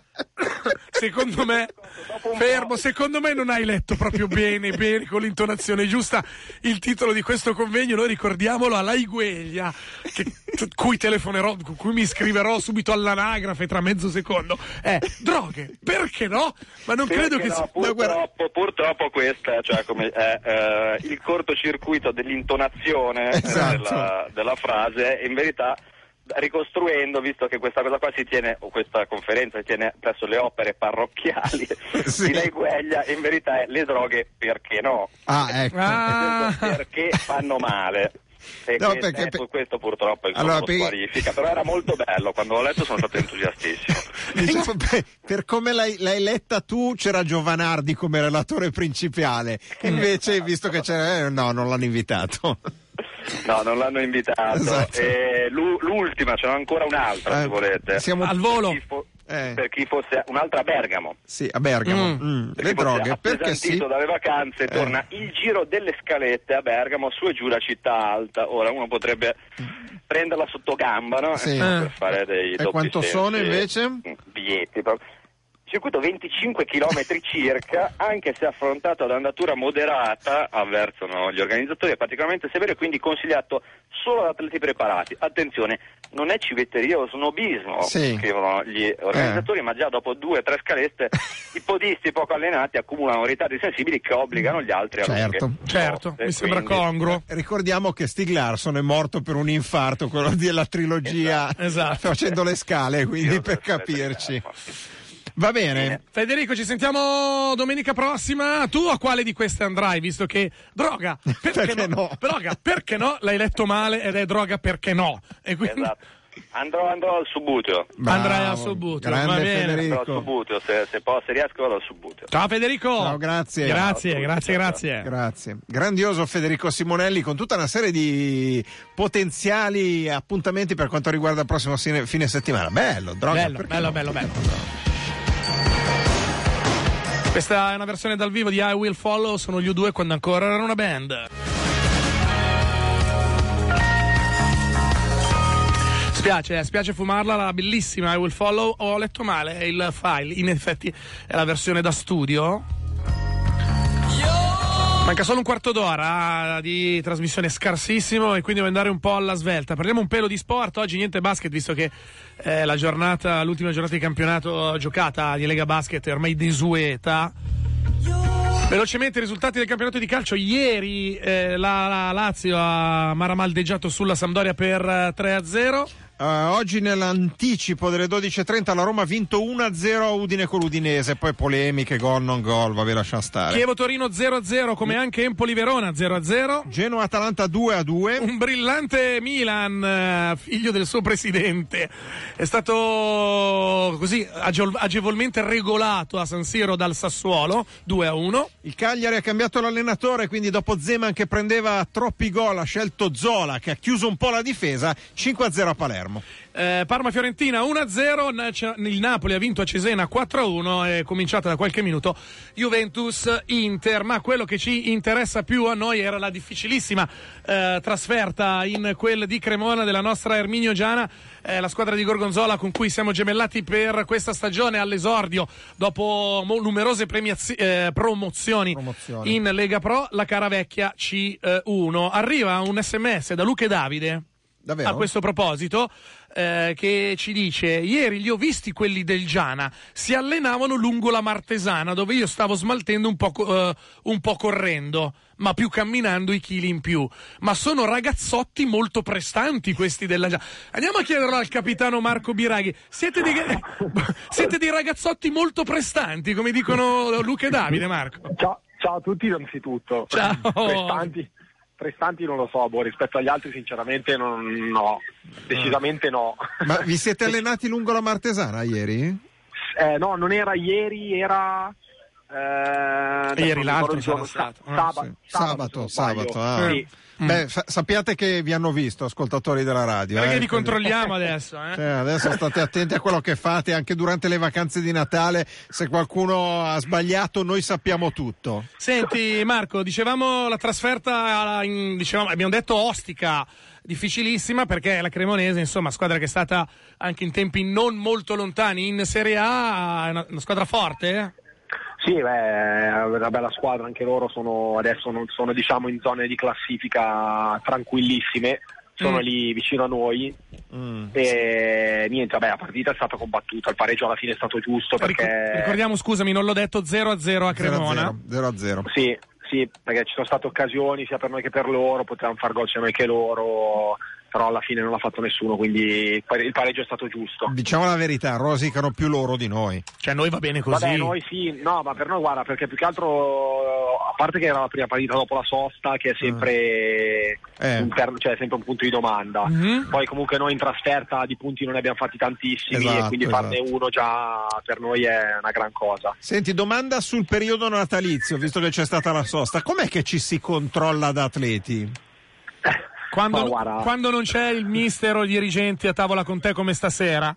Secondo me non hai letto proprio bene, con l'intonazione giusta il titolo di questo convegno. Noi ricordiamolo a Laigueglia, cui telefonerò, cui mi iscriverò subito all'anagrafe tra mezzo secondo. Droghe, perché no? Ma non credo che purtroppo questa, cioè, come il cortocircuito dell'intonazione della frase, in verità, ricostruendo, visto che questa cosa qua si tiene, o questa conferenza si tiene presso le opere parrocchiali di Laigueglia, in verità è le droghe perché no? Perché fanno male. E questo purtroppo è il qualifica, però era molto bello, quando l'ho letto sono stato entusiastissimo. Diciamo, per come l'hai letta tu, c'era Giovanardi come relatore principale, invece visto che c'era non l'hanno invitato. No, non l'hanno invitato. Esatto. L'ultima, ce n'è ancora un'altra se volete. Siamo al volo. Per chi fosse un'altra a Bergamo. Sì, a Bergamo. Le droghe, perché sì. Dalle vacanze torna il giro delle scalette a Bergamo, su e giù la città alta. Ora uno potrebbe prenderla sotto gamba, no? Sì. Per fare dei doppi quanto sensi, sono invece? Biglietti. Circuito 25 km circa, anche se affrontato ad andatura moderata, avvertono gli organizzatori, è particolarmente severo e quindi consigliato solo ad atleti preparati. Attenzione, non è civetteria o snobismo, scrivono gli organizzatori, ma già dopo 2 o 3 scalette i podisti poco allenati accumulano ritardi sensibili che obbligano gli altri a Certo, mi sembra congruo. Ricordiamo che Stieg Larsson è morto per un infarto, quello della trilogia, facendo le scale, quindi per capirci. Va bene. Federico, ci sentiamo domenica prossima. Tu a quale di queste andrai, visto che droga, perché no? Droga, perché no? L'hai letto male ed è droga perché no. E quindi Andrò al Subbuteo. Andrai al Subbuteo, va bene. Andrò al Subbuteo, se riesco vado al Subbuteo. Ciao Federico. Ciao, grazie. Grazie. Grandioso Federico Simonelli, con tutta una serie di potenziali appuntamenti per quanto riguarda il prossimo fine settimana. Bello. Questa è una versione dal vivo di I Will Follow, sono gli U2 quando ancora erano una band. Spiace fumarla, la bellissima I Will Follow. Ho letto male, è il file, in effetti è la versione da studio. Manca solo un quarto d'ora di trasmissione, scarsissimo, e quindi devo andare un po' alla svelta. Parliamo un pelo di sport, oggi niente basket, visto che l'ultima giornata di campionato giocata di Lega Basket è ormai desueta. Velocemente i risultati del campionato di calcio. Ieri la Lazio ha maramaldeggiato sulla Sampdoria per 3-0. Oggi nell'anticipo delle 12.30 la Roma ha vinto 1-0 a Udine con l'Udinese, poi polemiche, gol non gol, vabbè, lascia stare. Chievo-Torino 0-0, come anche Empoli-Verona 0-0. Genoa-Atalanta 2-2. Un brillante Milan, figlio del suo presidente, è stato così agevolmente regolato a San Siro dal Sassuolo 2-1. Il Cagliari ha cambiato l'allenatore, quindi dopo Zeman che prendeva troppi gol ha scelto Zola, che ha chiuso un po' la difesa. 5-0 a Palermo. Parma-Fiorentina 1-0, il Napoli ha vinto a Cesena 4-1, è cominciata da qualche minuto Juventus-Inter, ma quello che ci interessa più a noi era la difficilissima trasferta in quel di Cremona della nostra Erminio Giana, la squadra di Gorgonzola con cui siamo gemellati per questa stagione all'esordio dopo numerose promozioni in Lega Pro, la cara vecchia C1. Arriva un SMS da Luca e Davide. Davvero? A questo proposito, che ci dice: ieri li ho visti quelli del Giana, si allenavano lungo la Martesana, dove io stavo smaltendo un po' correndo, ma più camminando i chili in più. Ma sono ragazzotti molto prestanti questi della Giana. Andiamo a chiederlo al capitano Marco Biraghi. Siete dei ragazzotti molto prestanti, come dicono Luca e Davide, Marco? Ciao a tutti innanzitutto. Ciao. Prestanti non lo so, rispetto agli altri sinceramente no, decisamente no. Ma vi siete allenati lungo la Martesana ieri? No, non era ieri, era ieri l'altro sarà stato. Sabato. Sì. Beh, sappiate che vi hanno visto, ascoltatori della radio. Perché vi controlliamo adesso. Adesso state attenti a quello che fate anche durante le vacanze di Natale. Se qualcuno ha sbagliato, noi sappiamo tutto. Senti Marco, dicevamo la trasferta, abbiamo detto ostica, difficilissima, perché la Cremonese, insomma, squadra che è stata anche in tempi non molto lontani in Serie A, è una squadra forte, Sì, è una bella squadra, anche loro adesso non sono diciamo in zone di classifica tranquillissime, sono lì vicino a noi e niente, la partita è stata combattuta, il pareggio alla fine è stato giusto perché... Ricordiamo, scusami, non l'ho detto, 0-0 a Cremona. 0-0. Sì, perché ci sono state occasioni sia per noi che per loro, potevamo far gol sia noi che loro, però alla fine non l'ha fatto nessuno, quindi il pareggio è stato giusto. Diciamo la verità, rosicano più loro di noi. Cioè noi va bene così. Vabbè, noi sì, no, ma per noi guarda, perché più che altro, a parte che era la prima partita dopo la sosta, che è sempre cioè sempre un punto di domanda. Poi comunque noi in trasferta di punti non ne abbiamo fatti tantissimi, e quindi farne uno già per noi è una gran cosa. Senti, domanda sul periodo natalizio, visto che c'è stata la sosta, com'è che ci si controlla da atleti? Quando non c'è il mister o i dirigenti a tavola con te come stasera?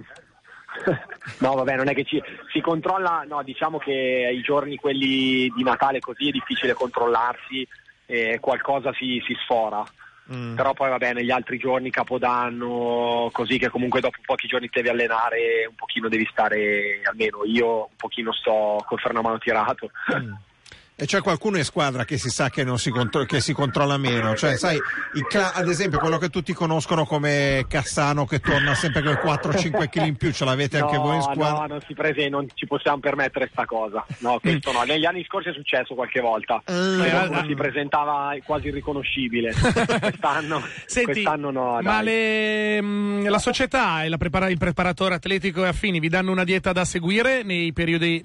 No, vabbè, non è che si controlla, no, diciamo che i giorni quelli di Natale così è difficile controllarsi, qualcosa si sfora. Però poi vabbè, negli altri giorni, Capodanno, così, che comunque dopo pochi giorni ti devi allenare, un pochino devi stare, almeno io un pochino sto col freno a mano tirato. E c'è qualcuno in squadra che si sa che che si controlla meno, cioè sai, ad esempio quello che tutti conoscono come Cassano, che torna sempre con 4-5 kg in più, ce l'avete anche voi in squadra? No, non ci possiamo permettere sta cosa, no, questo no. Negli anni scorsi è successo qualche volta, si presentava quasi irriconoscibile. quest'anno no, ma la società e il preparatore atletico e affini vi danno una dieta da seguire nei periodi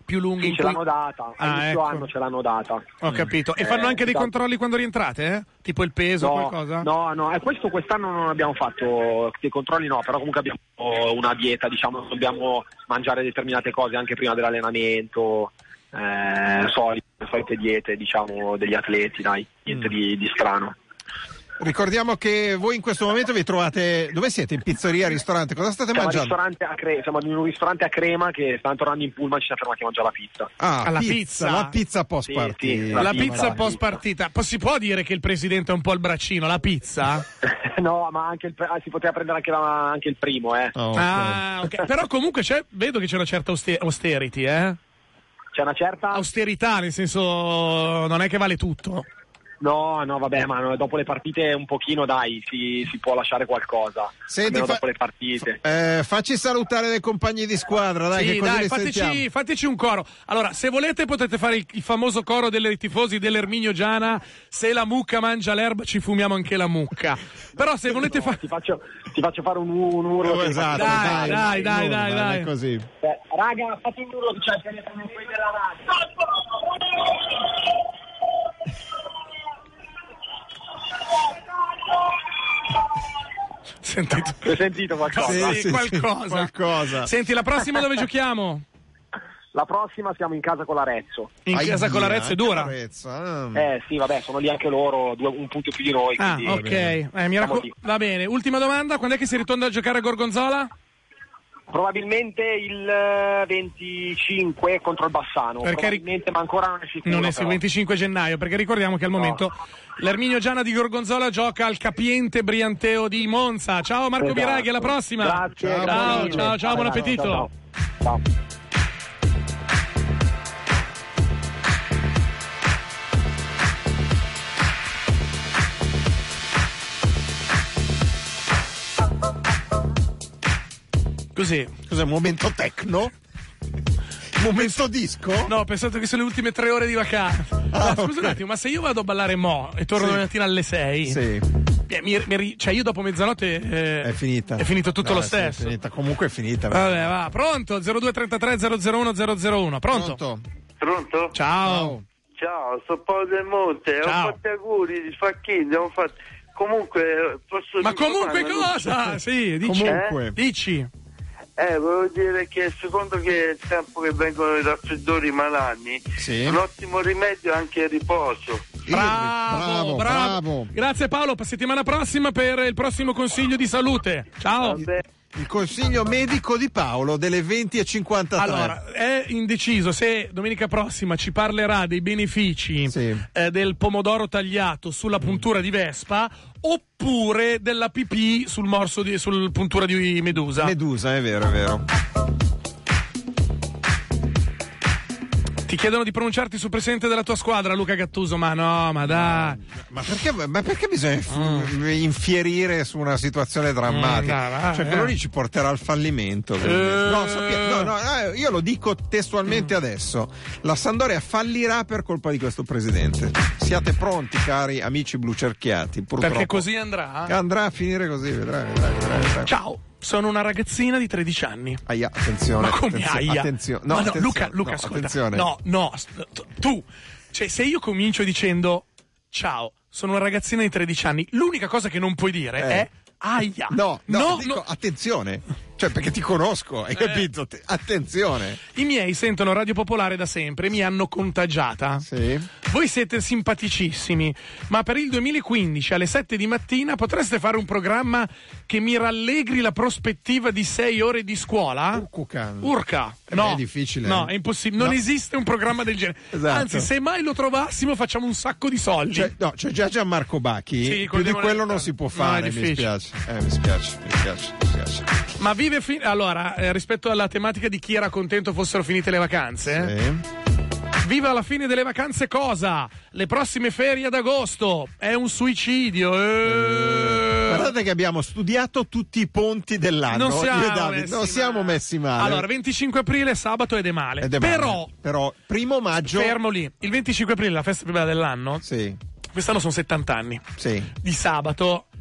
più lunghi. Sì, ce l'hanno data, all'inizio anno ce l'hanno data. Ho capito. E fanno anche dei controlli quando rientrate? Tipo il peso o qualcosa? No, quest'anno non abbiamo fatto dei controlli, no, però comunque abbiamo una dieta, diciamo, dobbiamo mangiare determinate cose anche prima dell'allenamento, solite diete, diciamo, degli atleti, dai, niente di strano. Ricordiamo che voi in questo momento vi trovate, dove siete? In pizzeria, ristorante? Cosa state mangiando? Siamo in un ristorante a Crema che stanno tornando in pullman, ci siamo fermati a mangiare la pizza. La pizza post partita. Sì, la pizza post partita. Si può dire che il presidente è un po' il braccino, la pizza? No, ma anche si poteva prendere anche il primo, okay. Però comunque vedo che c'è una certa austerity, C'è una certa austerità, nel senso non è che vale tutto. No, vabbè, ma dopo le partite un pochino, dai, si può lasciare qualcosa. Senti, dopo le partite. Facci salutare dei compagni di squadra, dai, che così fateci un coro. Allora, se volete potete fare il famoso coro dei tifosi dell'Erminio Giana: se la mucca mangia l'erba ci fumiamo anche la mucca. Però se volete ti faccio fare un urlo. Esatto, dai. Così. Raga, fate un urlo, c'è il telefono qui della radio. Hai sentito qualcosa? Sì, qualcosa. Senti, la prossima dove giochiamo? La prossima siamo in casa con l'Arezzo. Casa con l'Arezzo è dura? Sì, vabbè, sono lì anche loro, un punto più di noi. Ok. Va bene. Ultima domanda, quando è che si ritorna a giocare a Gorgonzola? Probabilmente il 25 contro il Bassano, probabilmente, ma ancora non è sicuro. Non è il 25 gennaio, perché ricordiamo che al momento l'Erminio Giana di Gorgonzola gioca al capiente Brianteo di Monza. Ciao Marco Biraghi, alla prossima. Grazie. Ciao, buon appetito. Ciao. Cos'è un momento techno? Momento disco? No, ho pensato che sono le ultime 3 ore di vacanza. Scusa un attimo, ma se io vado a ballare e torno domani mattina alle 6? Sì. Io dopo mezzanotte è finita. È finito tutto lo stesso. È finita. Comunque è finita. Vabbè, va. Pronto? 0233 001 001. Pronto? Ciao. Ciao, sono Paolo Del Monte. Ho fatto auguri di Facchini, Comunque posso. Ma comunque cosa? Sì, dici. Comunque. Dici. Volevo dire che secondo che il tempo che vengono i raffreddori malanni, un ottimo rimedio è anche il riposo. Bravo. Grazie Paolo, settimana prossima per il prossimo consiglio di salute. Ciao. Il consiglio medico di Paolo delle 20:53. Allora, è indeciso se domenica prossima ci parlerà dei benefici del pomodoro tagliato sulla puntura di Vespa oppure della pipì sul sul puntura di Medusa. Medusa, è vero. Ti chiedono di pronunciarti sul presidente della tua squadra, Luca Gattuso, ma no, ma dai. Ma perché bisogna infierire su una situazione drammatica? Quello lì ci porterà al fallimento. Io lo dico testualmente adesso. La Sampdoria fallirà per colpa di questo presidente. Siate pronti, cari amici blucerchiati, purtroppo. Perché così andrà? Andrà a finire così, vedrai. Ciao. Sono una ragazzina di 13 anni. Attenzione. Ma come aia? Attenzione. No, Luca, ascolta. Attenzione. No, tu. Cioè, se io comincio dicendo ciao, sono una ragazzina di 13 anni, l'unica cosa che non puoi dire è aia. No, attenzione. Cioè, perché ti conosco, hai capito? Attenzione. I miei sentono Radio Popolare da sempre, mi hanno contagiata. Sì. Voi siete simpaticissimi, ma per il 2015 alle 7 di mattina potreste fare un programma che mi rallegri la prospettiva di 6 ore di scuola? Urca. No, è difficile. No, è impossibile. Non esiste un programma del genere. Esatto. Anzi, se mai lo trovassimo facciamo un sacco di soldi. C'è già Gianmarco Bacchi. Più di quello non si può fare, mi spiace. Mi spiace. Ma allora, rispetto alla tematica di chi era contento fossero finite le vacanze, viva la fine delle vacanze cosa? Le prossime ferie ad agosto. È un suicidio. Guardate che abbiamo studiato tutti i ponti dell'anno. Non siamo messi male. Allora, 25 aprile, sabato ed è male. Però, 1 maggio. Fermo lì. Il 25 aprile, la festa più bella dell'anno. Sì. Quest'anno sono 70 anni. Sì. Di sabato.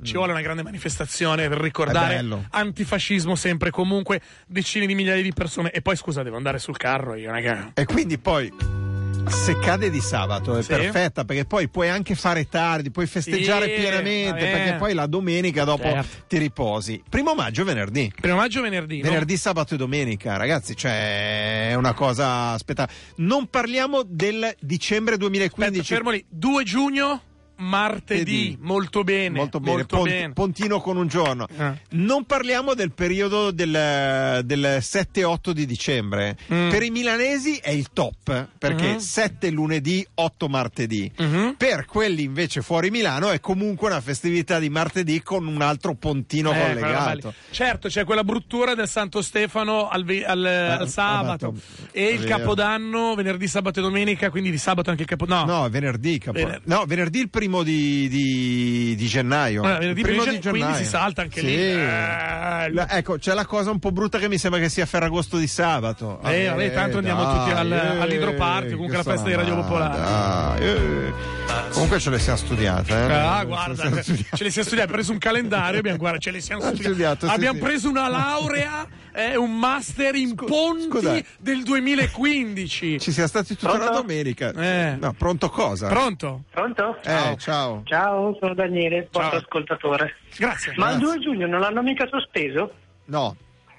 ci vuole una grande manifestazione per ricordare antifascismo sempre, comunque, decine di migliaia di persone. E poi scusa, devo andare sul carro io, raga. E quindi poi, se cade di sabato è perfetta, perché poi puoi anche fare tardi, puoi festeggiare pienamente, perché poi la domenica dopo ti riposi. 1 maggio venerdì. Venerdì, sabato e domenica, ragazzi, cioè è una cosa Non parliamo del dicembre 2015. Aspetta, fermo lì. 2 giugno martedì, molto bene. Pontino con un giorno. Non parliamo del periodo del 7-8 di dicembre. Per i milanesi è il top, perché 7 lunedì, 8 martedì. Per quelli invece fuori Milano è comunque una festività di martedì con un altro pontino collegato. Certo, c'è quella bruttura del Santo Stefano al sabato e il Capodanno venerdì, sabato e domenica, quindi di sabato anche il Capodanno. No, venerdì venerdì il primo di gennaio. Venerdì primo di gennaio, quindi si salta anche lì. Ecco, c'è la cosa un po' brutta che mi sembra che sia Ferragosto di sabato. Tanto andiamo tutti all'Idropark, comunque la festa di Radio Popolare. Comunque ce le siamo studiate. Guarda, ce le siamo studiate, abbiamo preso un calendario, ce le siamo studiate. Abbiamo preso una laurea, un master in ponti del 2015. Ci siamo stati tutta la domenica. No, pronto cosa? Pronto? Ciao. Ciao, sono Daniele, vostro ascoltatore. Grazie. Ma il 2 giugno non l'hanno mica sospeso? No.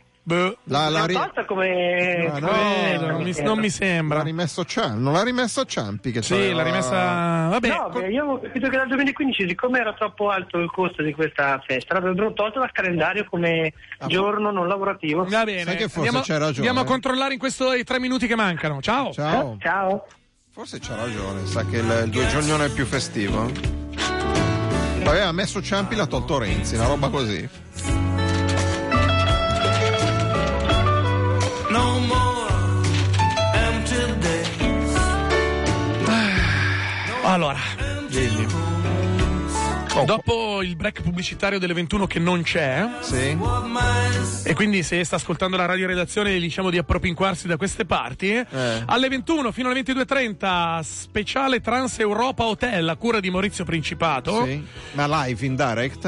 Basta come non mi sembra. Non l'ha rimesso Ciampi che l'ha rimessa. Vabbè. No, io avevo capito che dal 2015, siccome era troppo alto il costo di questa festa, l'avrebbero tolto dal calendario come giorno non lavorativo. Va bene. Sai che forse c'è ragione. Andiamo a controllare in questi 3 minuti che mancano. Ciao. Forse c'ha ragione, sa che il 2 giugno non è più festivo. Aveva messo Ciampi, l'ha tolto Renzi, una roba così. No more empty days. Allora, dopo il break pubblicitario delle 21 che non c'è, e quindi se sta ascoltando la radio redazione diciamo di appropinquarsi da queste parti, alle 21 fino alle 22:30 speciale Trans Europa Hotel a cura di Maurizio Principato. Ma live in direct?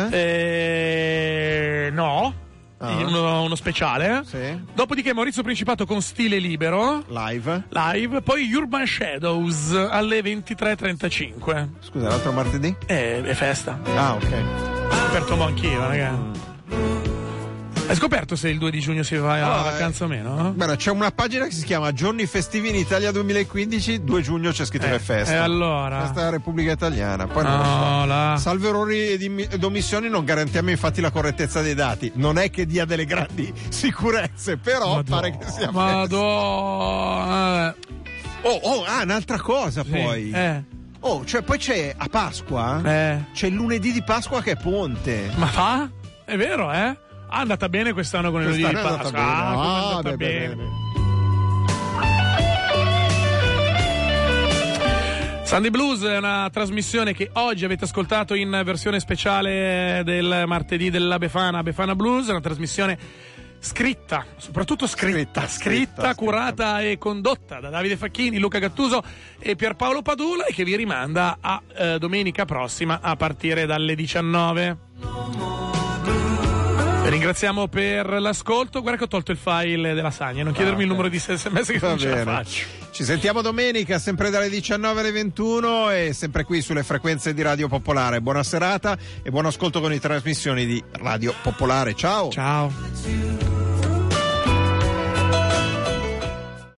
No. Uno speciale. Dopodiché Maurizio Principato con Stile Libero live, poi Urban Shadows alle 23:35. Scusa, l'altro martedì? È festa. Ok. Scoperto anch'io, raga. Hai scoperto se il 2 di giugno si va a vacanza o meno? Guarda, c'è una pagina che si chiama Giorni Festivi in Italia 2015, 2 giugno c'è scritto che è festa. E allora? Festa della Repubblica Italiana. Poi non lo so. Salvo errori ed omissioni, non garantiamo infatti la correttezza dei dati. Non è che dia delle grandi sicurezze, però pare che sia festa. Un'altra cosa poi. Cioè poi c'è a Pasqua, c'è il lunedì di Pasqua che è ponte. Ma fa? È vero, È andata bene quest'anno con il lunedì di Pasqua. È andata bene. Sunday Blues è una trasmissione che oggi avete ascoltato in versione speciale del martedì della Befana Blues, una trasmissione scritta, soprattutto scritta, curata e condotta da Davide Facchini, Luca Gattuso e Pierpaolo Padula, e che vi rimanda a domenica prossima a partire dalle 19. Ringraziamo per l'ascolto. Guarda che ho tolto il file della Sagna, non chiedermi il numero di SMS che non ce la faccio. Ci sentiamo domenica sempre dalle 19 alle 21 e sempre qui sulle frequenze di Radio Popolare. Buona serata e buon ascolto con le trasmissioni di Radio Popolare. Ciao.